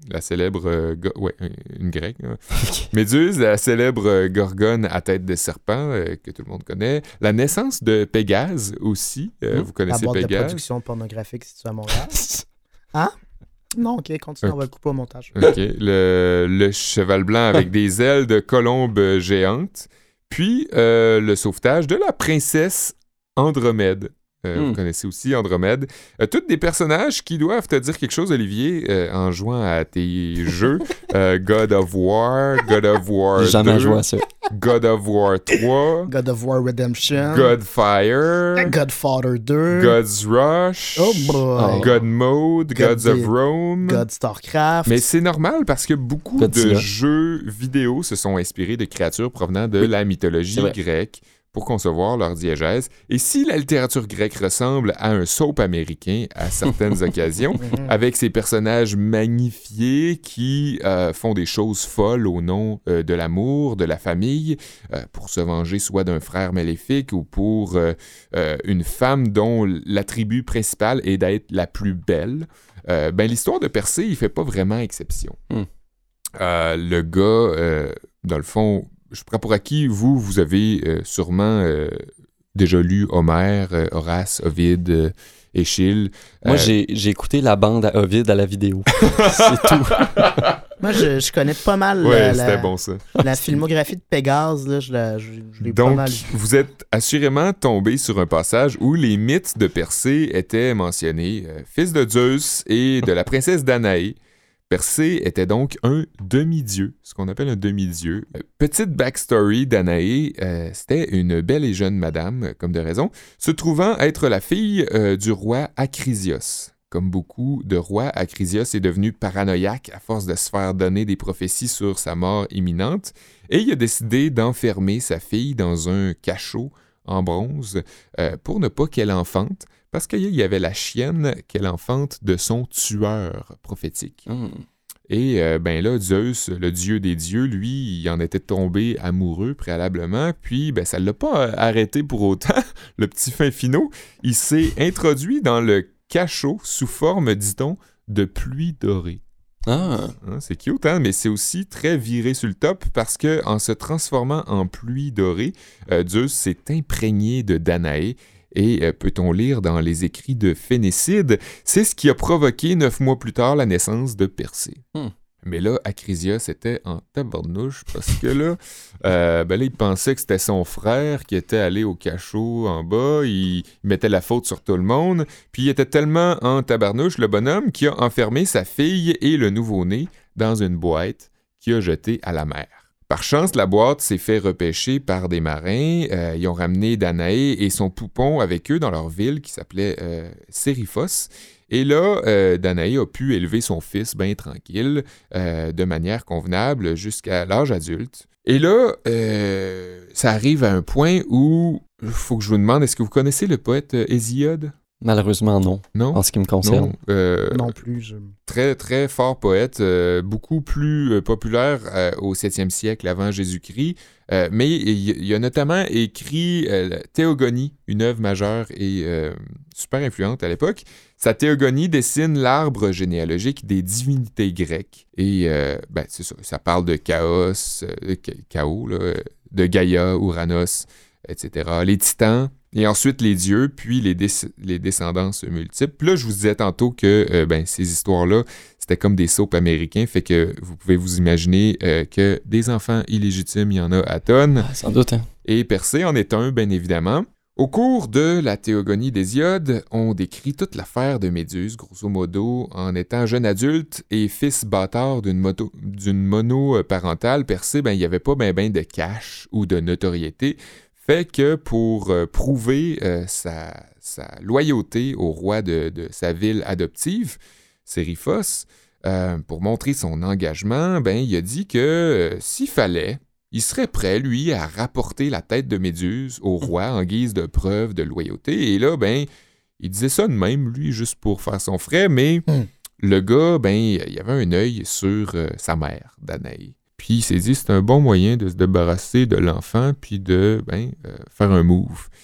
la célèbre... Euh, go- ouais, une grecque. Hein. Méduse, la célèbre euh, gorgone à tête de serpent, euh, que tout le monde connaît. La naissance de Pégase aussi. Euh, Mmh. vous La connaissez boîte de Pégase? production pornographique située à Montréal. Hein? Non, ok, continue, Ok. on va le couper au montage. OK. Le, le cheval blanc avec des ailes de colombe géante. Puis, euh, le sauvetage de la princesse Andromède. Euh, Mm. Vous connaissez aussi Andromède. Euh, toutes des personnages qui doivent te dire quelque chose, Olivier, euh, en jouant à tes jeux. Euh, God of War, God of War J'ai jamais deux, joué à ça. God of War trois, God of War Redemption. Godfire, Godfather deux. God's Rush, Oh boy. God Mode, God Gods of the- Rome. God Starcraft. Mais c'est normal parce que beaucoup Godzilla. de jeux vidéo se sont inspirés de créatures provenant de Oui, la c'est mythologie vrai. grecque pour concevoir leur diégèse. Et si la littérature grecque ressemble à un soap américain à certaines occasions, Mhm. avec ses personnages magnifiés qui euh, font des choses folles au nom euh, de l'amour, de la famille, euh, pour se venger soit d'un frère maléfique ou pour euh, euh, une femme dont l'attribut principal est d'être la plus belle, euh, ben l'histoire de Persée, il fait pas vraiment exception. Hmm. Euh, le gars, euh, dans le fond, je prends pour acquis, vous, vous avez euh, sûrement euh, déjà lu Homère, euh, Horace, Ovide, euh, Échille. Moi, Euh, j'ai, j'ai écouté la bande à Ovid à la vidéo. C'est tout. Moi, je, je connais pas mal Ouais, la, c'était la, bon ça. la filmographie de Pégase. Là, je, la, je, je l'ai pas Donc, mal. vous êtes assurément tombé sur un passage où les mythes de Persée étaient mentionnés. Euh, fils de Zeus et de la princesse Danaé, Persée était donc un demi-dieu, ce qu'on appelle un demi-dieu. Euh, petite backstory, Danaé, euh, c'était une belle et jeune madame, euh, comme de raison, se trouvant être la fille euh, du roi Acrisios. Comme beaucoup de rois, Acrisios est devenu paranoïaque à force de se faire donner des prophéties sur sa mort imminente, et il a décidé d'enfermer sa fille dans un cachot en bronze euh, pour ne pas qu'elle enfante, parce qu'il y avait la chienne qu'elle enfante de son tueur prophétique. Hmm. Et euh, ben là, Zeus, le dieu des dieux, lui, il en était tombé amoureux préalablement, puis ben ça l'a pas euh, arrêté pour autant, le petit fin finot. Il s'est introduit dans le cachot sous forme, dit-on, de pluie dorée. Ah, Hein, c'est cute, hein? Mais c'est aussi très viré sur le top parce que en se transformant en pluie dorée, euh, Zeus s'est imprégné de Danaé. Et euh, peut-on lire dans les écrits de Phénécide, c'est ce qui a provoqué neuf mois plus tard la naissance de Persée. Hmm. Mais là, Acrisios était en tabarnouche parce que là, euh, ben là, il pensait que c'était son frère qui était allé au cachot en bas, il, il mettait la faute sur tout le monde, puis il était tellement en tabarnouche, le bonhomme, qu'il a enfermé sa fille et le nouveau-né dans une boîte qu'il a jetée à la mer. Par chance, la boîte s'est fait repêcher par des marins. Euh, ils ont ramené Danaé et son poupon avec eux dans leur ville qui s'appelait euh, Sériphos. Et là, euh, Danaé a pu élever son fils bien tranquille, euh, de manière convenable jusqu'à l'âge adulte. Et là, euh, ça arrive à un point où il faut que je vous demande, est-ce que vous connaissez le poète euh, Hésiode? malheureusement, non, Non? en ce qui me concerne. Non. Euh, Non plus. Je... Très, très fort poète, euh, beaucoup plus euh, populaire euh, au septième siècle avant Jésus-Christ. Euh, mais il, il a notamment écrit euh, la Théogonie, une œuvre majeure et euh, super influente à l'époque. Sa Théogonie dessine l'arbre généalogique des divinités grecques. Et euh, ben, c'est ça, ça parle de chaos, euh, chaos là, de Gaïa, Ouranos, et cetera. Les titans, et ensuite les dieux, puis les, dé- les descendances multiples. Puis là, je vous disais tantôt que euh, ben, ces histoires-là, c'était comme des soaps américains, fait que vous pouvez vous imaginer euh, que des enfants illégitimes, il y en a à tonnes. Ah, sans doute, hein. Et Persée en est un, bien évidemment. Au cours de la Théogonie d'Hésiode, on décrit toute l'affaire de Méduse, grosso modo, en étant jeune adulte et fils bâtard d'une, moto, d'une monoparentale. Persée, ben, il n'y avait pas ben ben de cash ou de notoriété. Fait que pour euh, prouver euh, sa, sa loyauté au roi de, de sa ville adoptive, Sériphos, euh, pour montrer son engagement, ben, il a dit que euh, s'il fallait, il serait prêt, lui, à rapporter la tête de Méduse au roi en guise de preuve de loyauté. Et là, ben, il disait ça de même, lui, juste pour faire son frais, mais Mm. le gars, ben, il avait un œil sur euh, sa mère, Danaé. Puis il s'est dit, c'est un bon moyen de se débarrasser de l'enfant, puis de ben, euh, faire un move.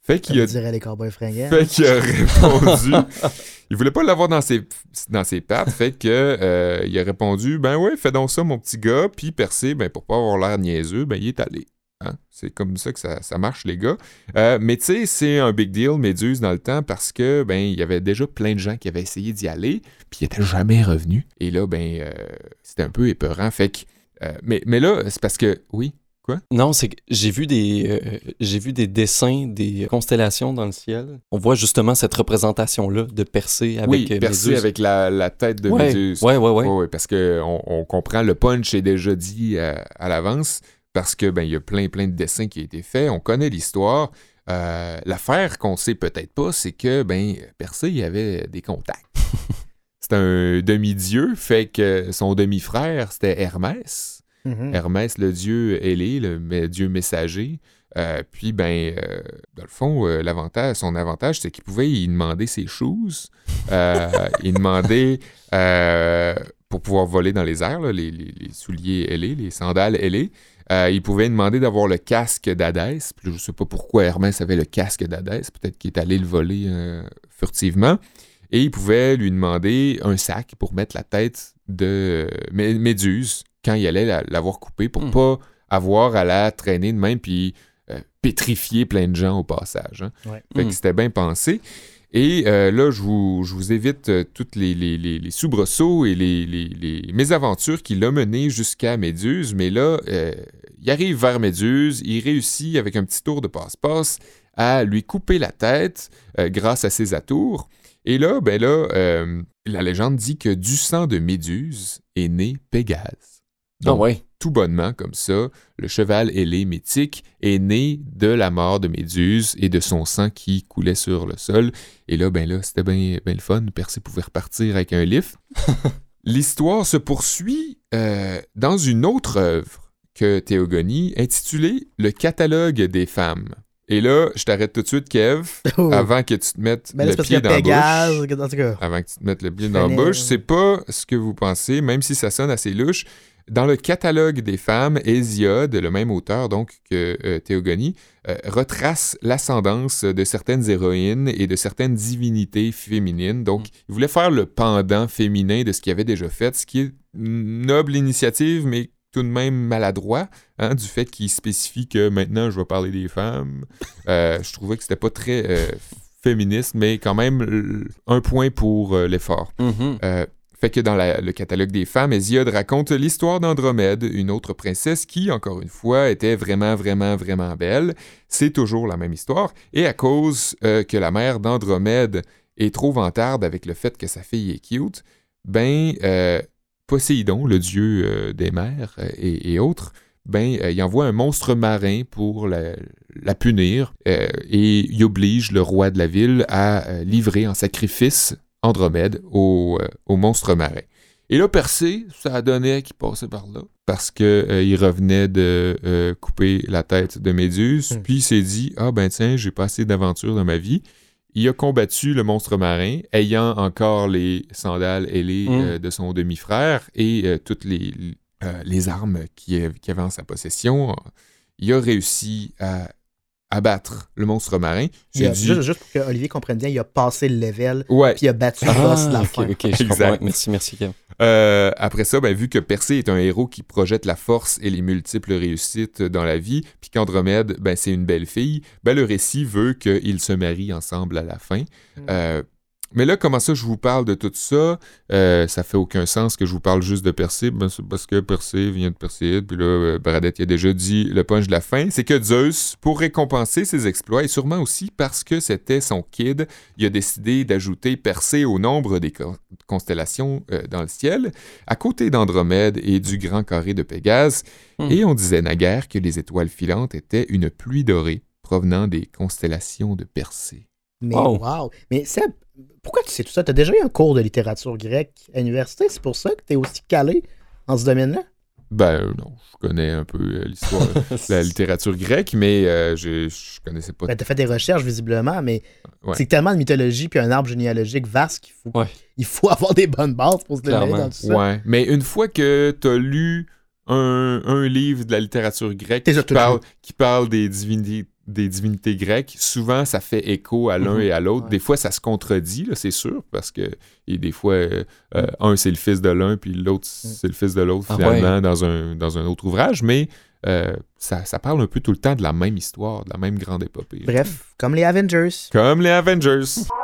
Fait qu'il Comme a, diraient les cowboys fringants. fait qu'il a répondu... Il voulait pas l'avoir dans ses, dans ses pattes, fait que euh, il a répondu « Ben ouais, fais donc ça, mon petit gars. » Puis Persée, ben pour pas avoir l'air niaiseux, ben il est allé. Hein? C'est comme ça que ça, ça marche, les gars. Euh, mais tu sais, c'est un big deal, Méduse, dans le temps, parce que ben il y avait déjà plein de gens qui avaient essayé d'y aller, puis ils n'étaient jamais revenus. Et là, ben, euh, c'était un peu épeurant. Fait que... Euh, mais, mais là, c'est parce que... Oui? Quoi? Non, c'est que j'ai vu des euh, j'ai vu des dessins des constellations dans le ciel. On voit justement cette représentation-là de Persée avec Oui, euh, Persée Méduse. avec la, la tête de Ouais, Méduse. ouais, ouais, ouais. Ouais, ouais, parce qu'on on comprend, le punch est déjà dit à, à l'avance, parce que ben il y a plein, plein de dessins qui ont été faits. On connaît l'histoire. Euh, l'affaire qu'on sait peut-être pas, c'est que ben Persée, il avait des contacts. C'est un demi-dieu, fait que son demi-frère, c'était Hermès. Mhm. Hermès, le dieu ailé, le me- dieu messager. Euh, puis, ben, euh, dans le fond, euh, l'avantage, son avantage, c'est qu'il pouvait y demander ses shoes. Euh, il demandait, euh, pour pouvoir voler dans les airs, là, les, les- les souliers ailés, les sandales ailées. Euh, il pouvait demander d'avoir le casque d'Hadès. Puis, je ne sais pas pourquoi Hermès avait le casque d'Hadès. Peut-être qu'il est allé le voler euh, furtivement. Et il pouvait lui demander un sac pour mettre la tête de euh, Mé- Méduse quand il allait la- l'avoir coupée pour Mm. pas avoir à la traîner de même puis euh, pétrifier plein de gens au passage. Hein. Ouais. Fait que Mm. c'était bien pensé. Et euh, là, je vous, je vous évite euh, toutes les, les, les, les soubresauts et les, les, les mésaventures qui l'ont mené jusqu'à Méduse. Mais là, euh, il arrive vers Méduse, il réussit avec un petit tour de passe-passe à lui couper la tête euh, grâce à ses atours. Et là, ben là, euh, la légende dit que du sang de Méduse est né Pégase. Ah Donc, ouais. tout bonnement, comme ça, le cheval ailé mythique est né de la mort de Méduse et de son sang qui coulait sur le sol. Et là, ben là, c'était bien ben le fun. Persée pouvait repartir avec un lift. L'histoire se poursuit euh, dans une autre œuvre que Théogonie, intitulée « Le catalogue des femmes ». Et là, je t'arrête tout de suite, Kev, Oh. avant que tu te mettes Ben là, le c'est parce pied que dans la Pégase, bouche. en tout cas. Avant que tu te mettes le pied dans la Fallait- bouche, c'est pas ce que vous pensez, même si ça sonne assez louche. Dans le catalogue des femmes, Hésiode, le même auteur donc que euh, Théogonie, euh, retrace l'ascendance de certaines héroïnes et de certaines divinités féminines. Donc, Mm. il voulait faire le pendant féminin de ce qu'il avait déjà fait, ce qui est une noble initiative, mais tout de même maladroit, hein, du fait qu'il spécifie que maintenant je vais parler des femmes. Euh, je trouvais que c'était pas très euh, féministe, mais quand même l- un point pour euh, l'effort. Mhm. Euh, fait que dans la- le catalogue des femmes, Hésiode raconte l'histoire d'Andromède, une autre princesse qui, encore une fois, était vraiment, vraiment, vraiment belle. C'est toujours la même histoire. Et à cause euh, que la mère d'Andromède est trop vantarde avec le fait que sa fille est cute, ben, euh, Poséidon, le dieu euh, des mers euh, et, et autres, ben, euh, il envoie un monstre marin pour la, la punir euh, et il oblige le roi de la ville à euh, livrer en sacrifice Andromède au, euh, au monstre marin. Et là, Persée, ça a donné qu'il passait par là parce qu'il euh, revenait de euh, couper la tête de Méduse, Mm. puis il s'est dit « Ah ben tiens, j'ai pas assez d'aventures dans ma vie ». Il a combattu le monstre marin, ayant encore les sandales ailées Mm. euh, de son demi-frère et euh, toutes les, euh, les armes qu'il qu'il avait en sa possession. Il a réussi à abattre le monstre marin. Il a- J'ai dit... juste, juste pour que Olivier comprenne bien, il a passé le level, Ouais. puis il a battu le boss de la Ah, fin. ok, ok, je Exact. comprends. Ouais, merci, merci, Kev. Euh, après ça, ben, vu que Persée est un héros qui projette la force et les multiples réussites dans la vie, puis qu'Andromède, ben, c'est une belle fille, ben, le récit veut qu'ils se marient ensemble à la fin. Euh, mais là, comment ça je vous parle de tout ça? Euh, ça fait aucun sens que je vous parle juste de Persée. Ben, c'est parce que Persée vient de Perséide, puis là, euh, Bradette il a déjà dit le punch de la fin. C'est que Zeus, pour récompenser ses exploits, et sûrement aussi parce que c'était son kid, il a décidé d'ajouter Persée au nombre des co- constellations euh, dans le ciel, à côté d'Andromède et du grand carré de Pégase. Hmm. Et on disait naguère que les étoiles filantes étaient une pluie dorée provenant des constellations de Persée. Mais Wow. wow. Mais Seb, pourquoi tu sais tout ça? Tu as déjà eu un cours de littérature grecque à l'université? C'est pour ça que tu es aussi calé dans ce domaine-là? Ben euh, non, je connais un peu euh, l'histoire de la littérature grecque, mais euh, je, je connaissais pas. Ben, tu as fait des recherches visiblement, mais Ouais. c'est tellement de mythologie puis un arbre généalogique vaste qu'il faut, Ouais. il faut avoir des bonnes bases pour se démêler Clairement. dans tout ça. Ouais, mais une fois que tu as lu un, un livre de la littérature grecque T'es déjà qui tout parle, lu. qui parle des divinités, des divinités grecques, souvent, ça fait écho à l'un Mhm. et à l'autre. Ouais. Des fois, ça se contredit, là, c'est sûr, parce que et des fois, euh, euh, un, c'est le fils de l'un, puis l'autre, c'est le fils de l'autre, Ah finalement, ouais. dans, un, dans un autre ouvrage. Mais euh, ça, ça parle un peu tout le temps de la même histoire, de la même grande épopée. Bref, comme les Avengers. Comme les Avengers.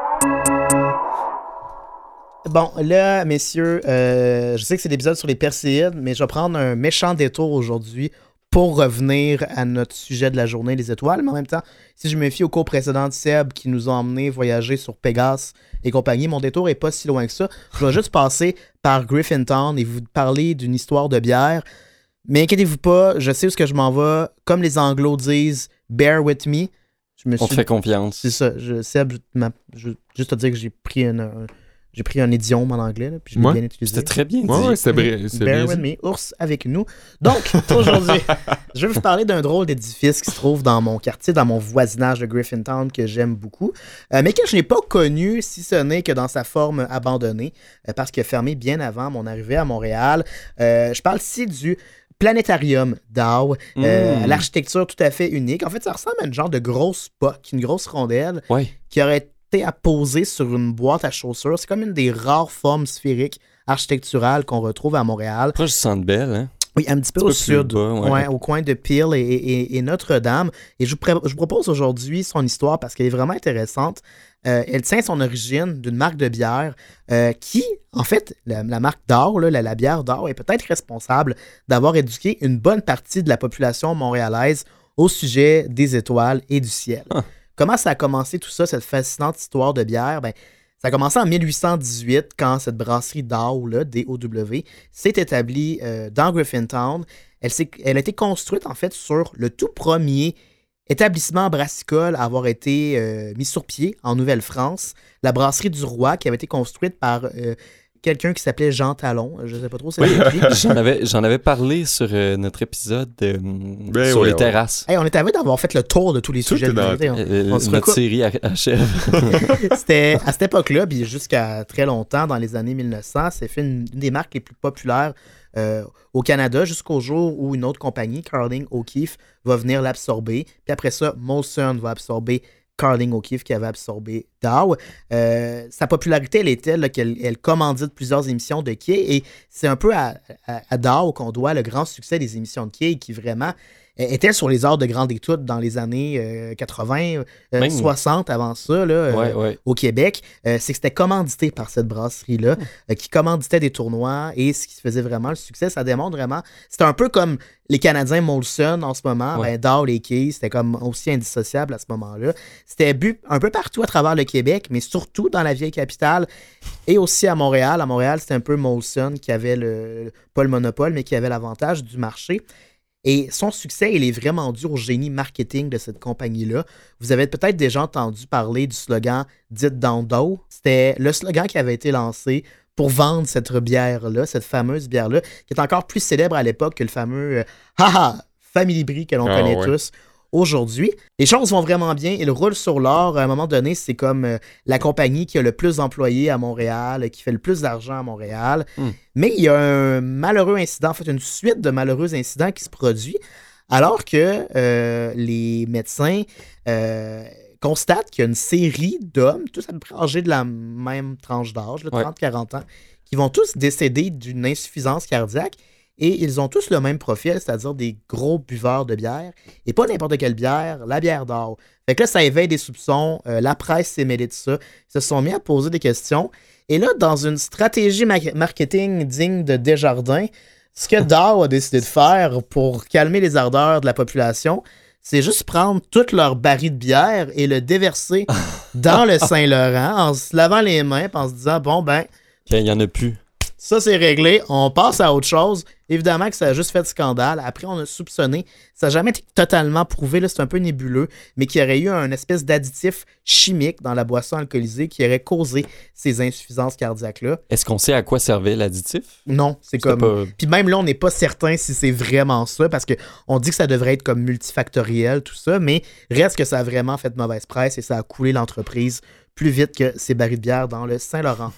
Bon, là, messieurs, euh, je sais que c'est l'épisode sur les Perséides, mais je vais prendre un méchant détour aujourd'hui pour revenir à notre sujet de la journée, les étoiles. Mais en même temps, si je me fie au cours précédent de Seb qui nous ont emmenés voyager sur Pégase et compagnie, mon détour est pas si loin que ça. Je vais juste passer par Griffintown et vous parler d'une histoire de bière. Mais inquiétez-vous pas, je sais où ce que je m'en vais. Comme les Anglos disent, bear with me. Je me On te suis... fait confiance. C'est ça. Je, Seb, je, ma- je- juste te dire que j'ai pris un, un- j'ai pris un idiome en anglais, là, puis je l'ai Ouais. bien utilisé. C'était très bien dit. Ouais, ouais, c'était bri- c'était Bear bien with dit. me, ours avec nous. Donc, aujourd'hui, je vais vous parler d'un drôle d'édifice qui se trouve dans mon quartier, dans mon voisinage de Griffintown, que j'aime beaucoup, euh, mais que je n'ai pas connu, si ce n'est que dans sa forme abandonnée, euh, parce qu'il a fermé bien avant mon arrivée à Montréal. Euh, je parle ici du planétarium d'Ao, euh, Mm. l'architecture tout à fait unique. En fait, ça ressemble à une genre de grosse poque, une grosse rondelle, Ouais. qui aurait été à poser sur une boîte à chaussures. C'est comme une des rares formes sphériques architecturales qu'on retrouve à Montréal. Proche du Centre Bell, hein? Oui, un petit peu Un au petit peu plus sud, bas, ouais. ouais, au coin de Peel et, et- et Notre-Dame. Et je vous, pré- je vous propose aujourd'hui son histoire parce qu'elle est vraiment intéressante. Euh, elle tient son origine d'une marque de bière euh, qui, en fait, la, la marque d'or, là, la, la bière d'or, est peut-être responsable d'avoir éduqué une bonne partie de la population montréalaise au sujet des étoiles et du ciel. Ah. Comment ça a commencé tout ça, cette fascinante histoire de bière? Ben, ça a commencé en mille huit cent dix-huit quand cette brasserie Dow, là, D O W, s'est établie euh, dans Griffintown. Elle, s'est- elle a été construite en fait sur le tout premier établissement brassicole à avoir été euh, mis sur pied en Nouvelle-France, la brasserie du Roi, qui avait été construite par euh, quelqu'un qui s'appelait Jean Talon. Je ne sais pas trop si c'est écrit. J'en avais, j'en avais parlé sur euh, notre épisode euh, Ben sur ouais, les ouais. terrasses. Hey, on était avide d'avoir fait le tour de tous les Tout sujets est de dans- l'humanité. On- Euh, on se notre recoupe. série ach- achève. C'était à cette époque-là, puis jusqu'à très longtemps, dans les années mille neuf cents, c'est fait une, une des marques les plus populaires euh, au Canada, jusqu'au jour où une autre compagnie, Carling O'Keeffe, va venir l'absorber. Puis après ça, Molson va absorber Carling O'Keeffe, qui avait absorbé Dow. Euh, sa popularité, elle est telle là, qu'elle elle commandite plusieurs émissions de quai, et c'est un peu à, à, à Dow qu'on doit le grand succès des émissions de quai, qui vraiment euh, étaient sur les heures de grande écoute dans les années euh, quatre-vingts, euh, Même- soixante avant ça, là, euh, Ouais, ouais. au Québec. Euh, c'est que c'était commandité par cette brasserie-là, euh, qui commanditait des tournois, et ce qui faisait vraiment le succès, ça démontre vraiment... C'était un peu comme les Canadiens Molson en ce moment, Ouais. ben Dow, les Keys, c'était comme aussi indissociable à ce moment-là. C'était bu un peu partout à travers le Québec, mais surtout dans la vieille capitale et aussi à Montréal. À Montréal, c'était un peu Molson qui avait le, pas le monopole, mais qui avait l'avantage du marché. Et son succès, il est vraiment dû au génie marketing de cette compagnie-là. Vous avez peut-être déjà entendu parler du slogan « Dites dans d'eau ». C'était le slogan qui avait été lancé pour vendre cette bière-là, cette fameuse bière-là, qui est encore plus célèbre à l'époque que le fameux euh, « Haha » Family Brie que l'on Ah, connaît ouais. tous aujourd'hui. Les choses vont vraiment bien. Ils roulent sur l'or. À un moment donné, c'est comme euh, la compagnie qui a le plus d'employés à Montréal, qui fait le plus d'argent à Montréal. Hmm. Mais il y a un malheureux incident, en fait, une suite de malheureux incidents qui se produit alors que euh, les médecins euh, constatent qu'il y a une série d'hommes, tous à peu près âgés de la même tranche d'âge, là, Ouais. trente à quarante ans, qui vont tous décéder d'une insuffisance cardiaque. Et ils ont tous le même profil, c'est-à-dire des gros buveurs de bière. Et pas n'importe quelle bière, la bière d'or. Fait que là, ça éveille des soupçons. euh, la presse s'est mêlée de ça. Ils se sont mis à poser des questions. Et là, dans une stratégie ma- marketing digne de Desjardins, ce que Dow a décidé de faire pour calmer les ardeurs de la population, c'est juste prendre tout leur baril de bière et le déverser dans le Saint-Laurent en se lavant les mains et en se disant, bon, ben, Il n'y en a plus. ça, c'est réglé. On passe à autre chose. Évidemment que ça a juste fait scandale. Après, on a soupçonné. Ça n'a jamais été totalement prouvé. Là, c'est un peu nébuleux. Mais qu'il y aurait eu un espèce d'additif chimique dans la boisson alcoolisée qui aurait causé ces insuffisances cardiaques-là. Est-ce qu'on sait à quoi servait l'additif? Non, c'est C'était comme... pas- Puis même là, on n'est pas certain si c'est vraiment ça, parce qu'on dit que ça devrait être comme multifactoriel, tout ça, mais reste que ça a vraiment fait mauvaise presse et ça a coulé l'entreprise plus vite que ces barils de bière dans le Saint-Laurent.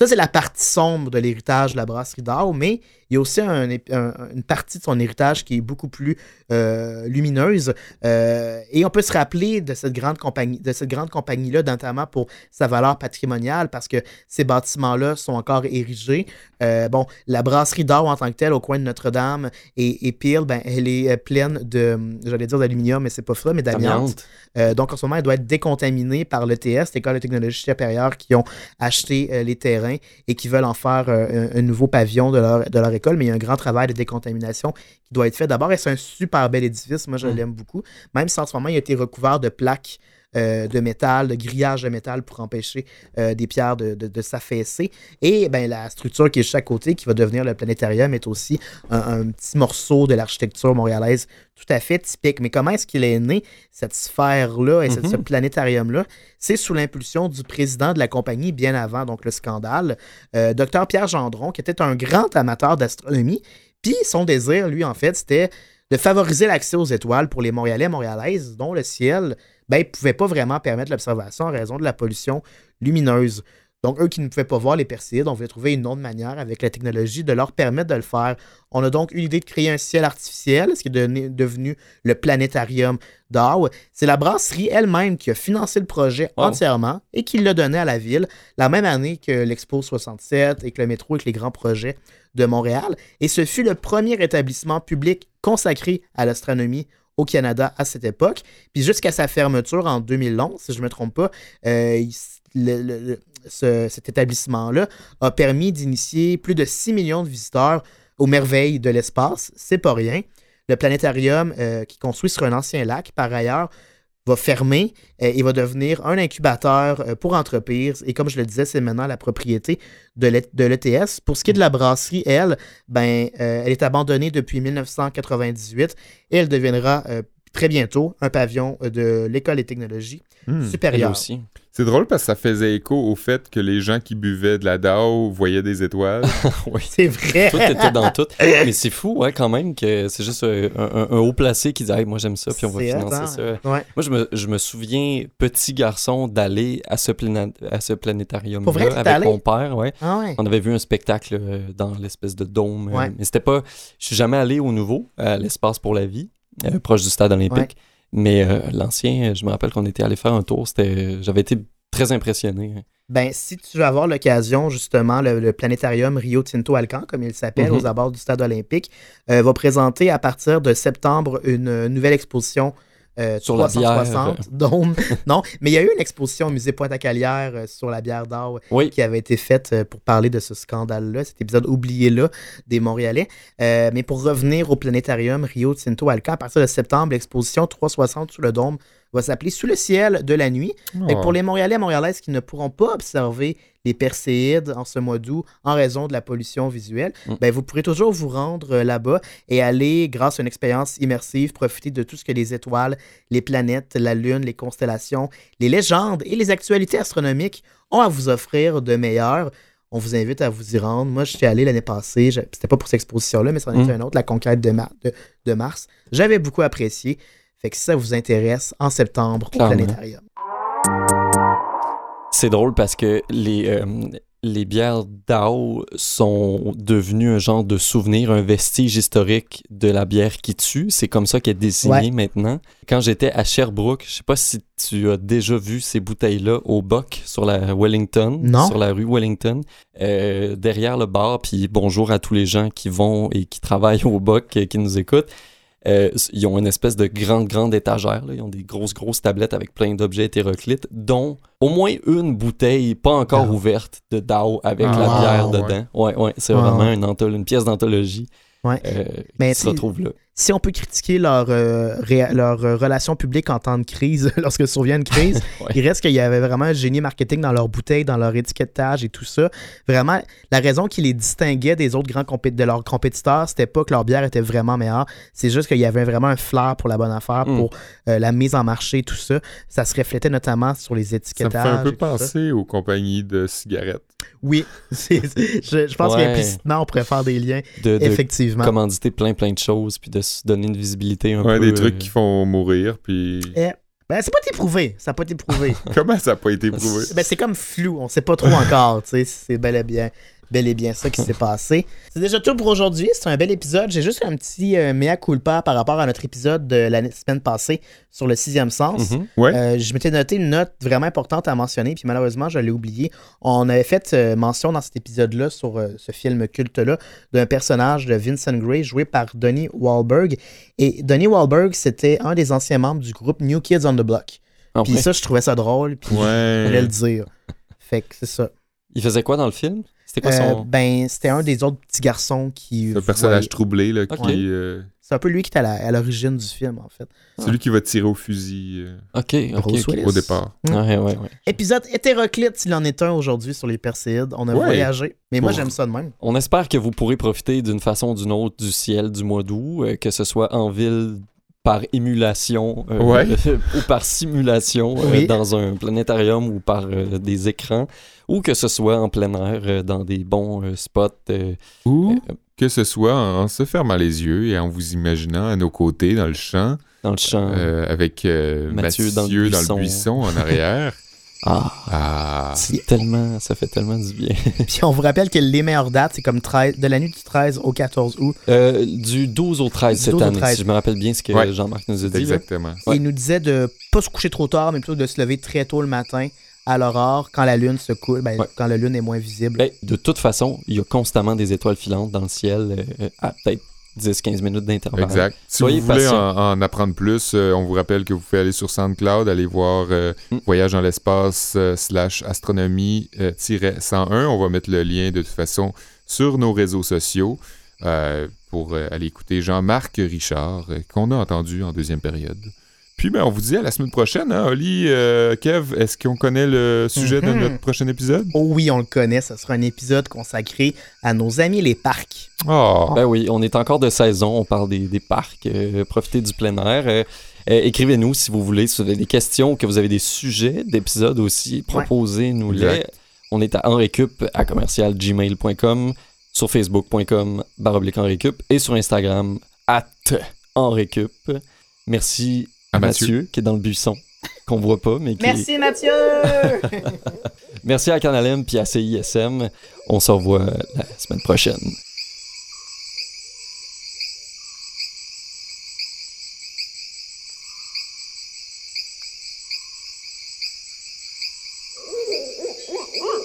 Ça, c'est la partie sombre de l'héritage de la brasserie Dow, mais il y a aussi un, un, une partie de son héritage qui est beaucoup plus euh, lumineuse. Euh, et on peut se rappeler de cette grande compagnie, de cette grande compagnie-là, notamment pour sa valeur patrimoniale, parce que ces bâtiments-là sont encore érigés. Euh, bon, la brasserie Dow en tant que telle, au coin de Notre-Dame et, et Peel, ben, elle est pleine de, j'allais dire d'aluminium, mais c'est pas ça, mais d'amiante. Euh, donc, en ce moment, elle doit être décontaminée par l'E T S, l'École de technologie supérieure, qui ont acheté euh, les terrains et qui veulent en faire euh, un, un nouveau pavillon de leur, de leur école, mais il y a un grand travail de décontamination qui doit être fait. D'abord, c'est un super bel édifice, moi je mmh. l'aime beaucoup, même si en ce moment, il a été recouvert de plaques euh, de métal, de grillage de métal pour empêcher euh, des pierres de, de, de s'affaisser. Et ben, la structure qui est juste à côté, qui va devenir le planétarium, est aussi un, un petit morceau de l'architecture montréalaise tout à fait typique. Mais comment est-ce qu'il est né, cette sphère-là et mm-hmm. cette, ce planétarium-là? C'est sous l'impulsion du président de la compagnie, bien avant donc le scandale, euh, Dr Pierre Gendron, qui était un grand amateur d'astronomie. Puis son désir, lui, en fait, c'était de favoriser l'accès aux étoiles pour les Montréalais et Montréalaises, dont le ciel ben, ne pouvait pas vraiment permettre l'observation en raison de la pollution lumineuse. Donc, eux qui ne pouvaient pas voir les Perséides, on voulait trouver une autre manière avec la technologie de leur permettre de le faire. On a donc eu l'idée de créer un ciel artificiel, ce qui est devenu, devenu le planétarium Dow. C'est la brasserie elle-même qui a financé le projet wow. entièrement et qui l'a donné à la ville la même année que l'Expo soixante-sept et que le métro et que les grands projets de Montréal. Et ce fut le premier établissement public consacré à l'astronomie au Canada à cette époque. Puis jusqu'à sa fermeture en deux mille onze, si je ne me trompe pas, euh, le, le, le, ce, cet établissement-là a permis d'initier plus de six millions de visiteurs aux merveilles de l'espace. C'est pas rien. Le planétarium, euh, qui est construit sur un ancien lac, par ailleurs, va fermer euh, et va devenir un incubateur euh, pour entreprises. Et comme je le disais, c'est maintenant la propriété de l'E T S. Pour ce qui est de la brasserie, elle, ben, euh, elle est abandonnée depuis mille neuf cent quatre-vingt-dix-huit et elle deviendra euh, très bientôt un pavillon de l'École des technologies mmh, supérieures. Aussi. C'est drôle parce que ça faisait écho au fait que les gens qui buvaient de la Dow voyaient des étoiles. Oui, c'est vrai. Tout était dans tout. Mais c'est fou, ouais, quand même, que c'est juste un, un, un haut placé qui dit hey, « moi j'aime ça, puis on va c'est financer attends. ça ». Ouais. Moi, je me, je me souviens, petit garçon, d'aller à ce, plané- à ce planétarium-là avec allé? mon père. Ouais. Ah ouais. On avait vu un spectacle euh, dans l'espèce de dôme. Ouais. Euh, mais c'était pas... Je suis jamais allé au nouveau, à l'Espace pour la vie, euh, proche du stade olympique. Ouais. Mais euh, l'ancien, je me rappelle qu'on était allé faire un tour, c'était, j'avais été très impressionné. Ben, si tu veux avoir l'occasion, justement, le, le planétarium Rio Tinto Alcan, comme il s'appelle, mm-hmm. aux abords du stade olympique, euh, va présenter à partir de septembre une, une nouvelle exposition Euh, sur trois cent soixante la bière. Dôme. Non, mais il y a eu une exposition au musée Pointe-à-Calière euh, sur la bière d'Or oui. qui avait été faite euh, pour parler de ce scandale-là, cet épisode oublié-là des Montréalais. Euh, mais pour revenir au planétarium Rio Tinto Alcan, à partir de septembre, l'exposition trois cent soixante sous le dôme va s'appeler Sous le ciel de la nuit. Oh. Et pour les Montréalais et Montréalaises qui ne pourront pas observer les Perséides en ce mois d'août en raison de la pollution visuelle, mm. ben vous pourrez toujours vous rendre euh, là-bas et aller, grâce à une expérience immersive, profiter de tout ce que les étoiles, les planètes, la Lune, les constellations, les légendes et les actualités astronomiques ont à vous offrir de meilleur. On vous invite à vous y rendre. Moi, je suis allé l'année passée. Je, c'était pas pour cette exposition-là, mais c'en était mm. un autre, la conquête de, Mar- de, de Mars. J'avais beaucoup apprécié. Fait que si ça vous intéresse, en septembre, Clairement. au planétarium. C'est drôle parce que les, euh, les bières Dow sont devenues un genre de souvenir, un vestige historique de la bière qui tue. C'est comme ça qu'elle est désignée ouais. maintenant. Quand j'étais à Sherbrooke, je sais pas si tu as déjà vu ces bouteilles-là au Boc sur la Wellington, non. sur la rue Wellington, euh, derrière le bar. Puis bonjour à tous les gens qui vont et qui travaillent au Boc, qui nous écoutent. Euh, ils ont une espèce de grande, grande étagère. Là. Ils ont des grosses, grosses tablettes avec plein d'objets hétéroclites, dont au moins une bouteille pas encore oh. ouverte de Dow avec ah, la bière wow, dedans. Ouais, ouais, c'est ah, vraiment une, antholo- une pièce d'anthologie ouais. euh, Mais qui se retrouve là. Si on peut critiquer leur, euh, ré- leur euh, relation publique en temps de crise, lorsque survient une crise, ouais. il reste qu'il y avait vraiment un génie marketing dans leurs bouteilles, dans leur étiquetage et tout ça. Vraiment, la raison qui les distinguait des autres grands compé- de leurs compétiteurs, c'était pas que leur bière était vraiment meilleure, c'est juste qu'il y avait vraiment un flair pour la bonne affaire, mm. pour euh, la mise en marché, tout ça. Ça se reflétait notamment sur les étiquetages. Ça me fait un peu penser aux compagnies de cigarettes. Oui, c'est, c'est, je, je pense ouais. qu'implicitement, on pourrait faire des liens, de, de effectivement. Commanditer plein, plein de choses, puis de se donner une visibilité un ouais, peu... des trucs euh... qui font mourir, puis... Et, Ben, c'est pas été prouvé. Ça n'a pas été prouvé. Comment ça n'a pas été prouvé? Ben, c'est comme flou. On sait pas trop encore, tu sais, si c'est bel et bien, bel et bien ça qui s'est passé. C'est déjà tout pour aujourd'hui. C'est un bel épisode. J'ai juste un petit euh, mea culpa par rapport à notre épisode de la semaine passée sur le sixième sens. Mhm. Ouais. Euh, je m'étais noté une note vraiment importante à mentionner, puis malheureusement, je l'ai oublié. On avait fait euh, mention dans cet épisode-là, sur euh, ce film culte-là, d'un personnage de Vincent Gray joué par Donnie Wahlberg. Et Donnie Wahlberg, c'était un des anciens membres du groupe New Kids on the Block. Ah, Puis ouais. ça, je trouvais ça drôle, puis je voulais Ouais. le dire. Fait que c'est ça. Il faisait quoi dans le film? C'était quoi Euh, son... ben, c'était un des autres petits garçons qui... C'est un personnage voyait- troublé, là, qui... Ok. euh, C'est un peu lui qui était à la- à l'origine du film, en fait. celui qui va tirer au fusil euh, Ok, ok, Bruce ok. Willis. au départ. Ouais, ouais, ouais. Épisode hétéroclite, s'il en est un aujourd'hui sur les Perséides. On a Ouais. voyagé. Mais moi, Pour- j'aime ça de même. On espère que vous pourrez profiter d'une façon ou d'une autre du ciel du mois d'août, euh, que ce soit en ville par émulation euh, Ouais. ou par simulation euh, Oui. dans un planétarium ou par euh, des écrans, ou que ce soit en plein air euh, dans des bons euh, spots. euh, Ou euh, que ce soit en, en se fermant les yeux et en vous imaginant à nos côtés dans le champ, dans le champ. euh, avec euh, Mathieu Mathieu, dans le dans, buisson. le buisson en arrière. Ah, Ah, c'est tellement, ça fait tellement du bien. Puis on vous rappelle que les meilleures dates, c'est comme treize, de la nuit du treize au quatorze août. Euh, du douze au treize Du cette douze au année, treize. si je me rappelle bien ce que Ouais. Jean-Marc nous a c'est dit. là. exactement. Ouais. Il nous disait de pas se coucher trop tard, mais plutôt de se lever très tôt le matin à l'aurore, quand la lune se coule, ben, Ouais. quand la lune est moins visible. Ben, de toute façon, il y a constamment des étoiles filantes dans le ciel euh, à peut-être dix à quinze minutes d'intervalle. Exact. Si Soyez vous voulez en, patients. en apprendre plus, euh, on vous rappelle que vous pouvez aller sur SoundCloud, aller voir euh, Mm. Voyage dans l'espace euh, slash astronomie euh, tiret cent un. On va mettre le lien de toute façon sur nos réseaux sociaux euh, pour euh, aller écouter Jean-Marc Richard, euh, qu'on a entendu en deuxième période. Puis, ben, on vous dit à la semaine prochaine, hein, Oli, euh, Kev, est-ce qu'on connaît le sujet de Mhm. notre prochain épisode? Oh oui, on le connaît, ça sera un épisode consacré à nos amis les parcs. Oh, Ben oui, on est encore de saison, on parle des, des parcs, euh, profitez du plein air. euh, euh, écrivez-nous si vous voulez, si vous avez des questions, que vous avez des sujets d'épisodes aussi, proposez-nous-les. Exact. On est à enrecup à commercial gmail point com, sur facebook point com baroblique enrecup et sur Instagram at enrecup. Merci à À Mathieu. Mathieu. qui est dans le buisson, qu'on voit pas, mais qui Merci Mathieu! Merci à Canalem puis à C I S M. On se revoit la semaine prochaine. Woo!